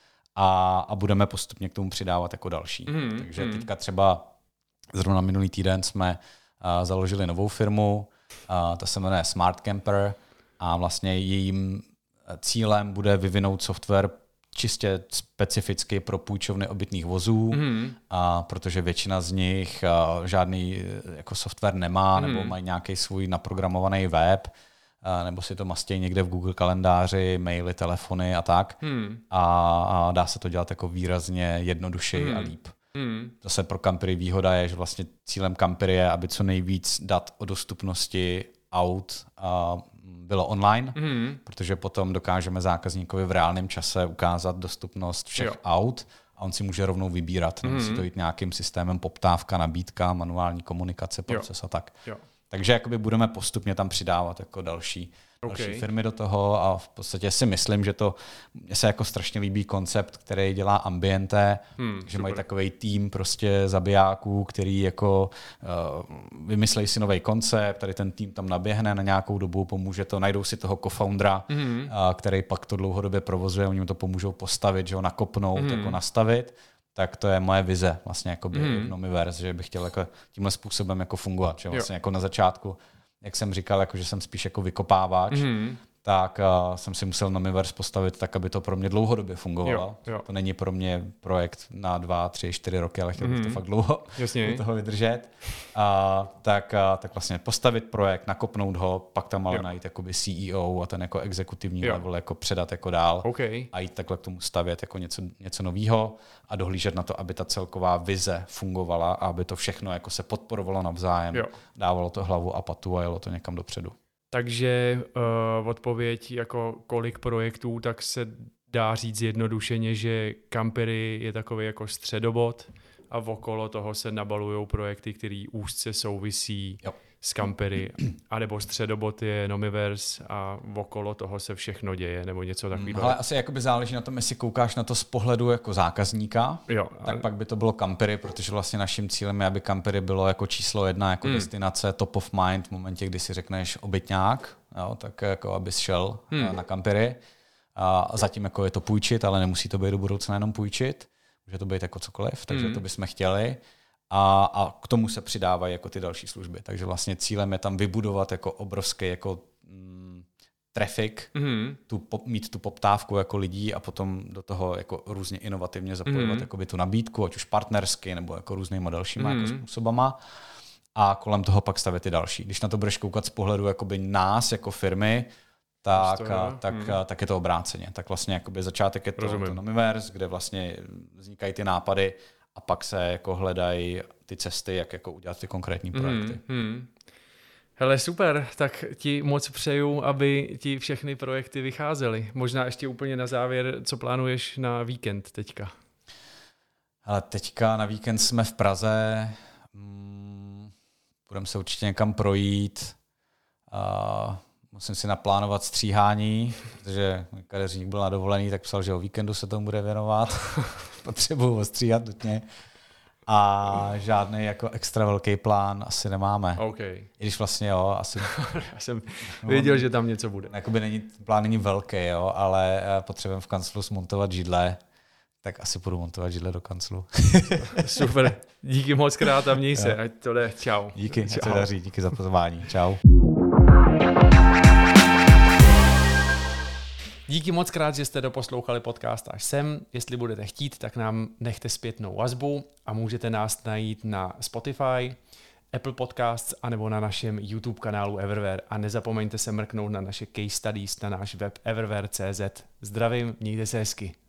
a budeme postupně k tomu přidávat jako další. Takže teďka třeba zrovna minulý týden jsme založili novou firmu, ta se jmenuje Smart Camper a vlastně jejím cílem bude vyvinout software čistě specificky pro půjčovny obytných vozů, protože většina z nich žádný jako software nemá nebo mají nějaký svůj naprogramovaný web, nebo si to mastějí někde v Google kalendáři, maily, telefony a tak. A dá se to dělat jako výrazně jednodušeji a líp. Zase pro kampery výhoda je, že vlastně cílem kampery je, aby co nejvíc dat o dostupnosti aut bylo online, protože potom dokážeme zákazníkovi v reálném čase ukázat dostupnost všech aut a on si může rovnou vybírat. Nemusí to jít nějakým systémem poptávka, nabídka, manuální komunikace, proces a tak. Takže jakoby budeme postupně tam přidávat jako další firmy do toho a v podstatě si myslím, že mně se jako strašně líbí koncept, který dělá Ambiente, že mají takovej tým prostě zabijáků, který jako vymyslejí si nový koncept, tady ten tým tam naběhne na nějakou dobu, pomůže to, najdou si toho co-foundera, který pak to dlouhodobě provozuje, oni mu to pomůžou postavit, že ho nakopnout, jako nastavit. Tak to je moje vize vlastně jako v Nomiverse, že bych chtěl jako tímhle způsobem jako fungovat. Že vlastně jako na začátku, jak jsem říkal, jako že jsem spíš jako vykopávač, tak jsem si musel Nomiverse postavit tak, aby to pro mě dlouhodobě fungovalo. To není pro mě projekt na 2, 3, 4 roky, ale chtěl bych to fakt dlouho do toho vydržet. Tak vlastně postavit projekt, nakopnout ho, pak tam ale najít jakoby CEO a ten jako exekutivní level jako předat jako dál a jít takhle k tomu stavět jako něco nového a dohlížet na to, aby ta celková vize fungovala a aby to všechno jako se podporovalo navzájem, dávalo to hlavu a patu a jelo to někam dopředu. Takže odpověď jako kolik projektů, tak se dá říct zjednodušeně, že kampery je takový jako středobod a okolo toho se nabalujou projekty, které úzce souvisí s kampery, anebo středobod je Nomiverse a okolo toho se všechno děje, nebo něco takového. Ale asi jakoby záleží na tom, jestli koukáš na to z pohledu jako zákazníka, tak pak by to bylo kampery, protože vlastně naším cílem je, aby kampery bylo jako číslo 1, jako destinace top of mind v momentě, kdy si řekneš obytňák, tak jako abys šel na kampery. A zatím jako je to půjčit, ale nemusí to být do budoucna jenom půjčit, může to být jako cokoliv, takže to bychom chtěli. A k tomu se přidávají jako ty další služby. Takže vlastně cílem je tam vybudovat jako obrovský jako traffic, mít tu poptávku jako lidí a potom do toho jako různě inovativně zapojovat jakoby tu nabídku, ať už partnersky nebo jako různýma dalšíma jako způsobama. A kolem toho pak stavět ty další. Když na to budeš koukat z pohledu jakoby nás jako firmy, tak je to obráceně. Tak vlastně jakoby začátek je to Nomiverse, kde vlastně vznikají ty nápady a pak se jako hledají ty cesty, jak jako udělat ty konkrétní projekty. Hele, super, tak ti moc přeju, aby ti všechny projekty vycházely. Možná ještě úplně na závěr, co plánuješ na víkend teďka? Ale teďka na víkend jsme v Praze, budeme se určitě někam projít, musím si naplánovat stříhání, protože kadeřník byl na dovolený, tak psal, že o víkendu se tomu bude věnovat. Potřebuji ostříhat nutně. a žádný jako extra velký plán asi nemáme. Okay. I když vlastně jo, asi... Já jsem věděl, že tam něco bude. Jakoby plán není velký, jo, ale potřebujeme v kanclu smontovat židle, tak asi budu montovat židle do kanclu. Super, díky moc krát a měj se, ať to jde, čau. Díky, ať se daří, díky za pozvání, čau. Díky moc krát, že jste doposlouchali podcast až sem. Jestli budete chtít, tak nám nechte zpětnou vazbu a můžete nás najít na Spotify, Apple Podcasts anebo na našem YouTube kanálu Everware. A nezapomeňte se mrknout na naše case studies na náš web everware.cz. Zdravím, mějte se hezky.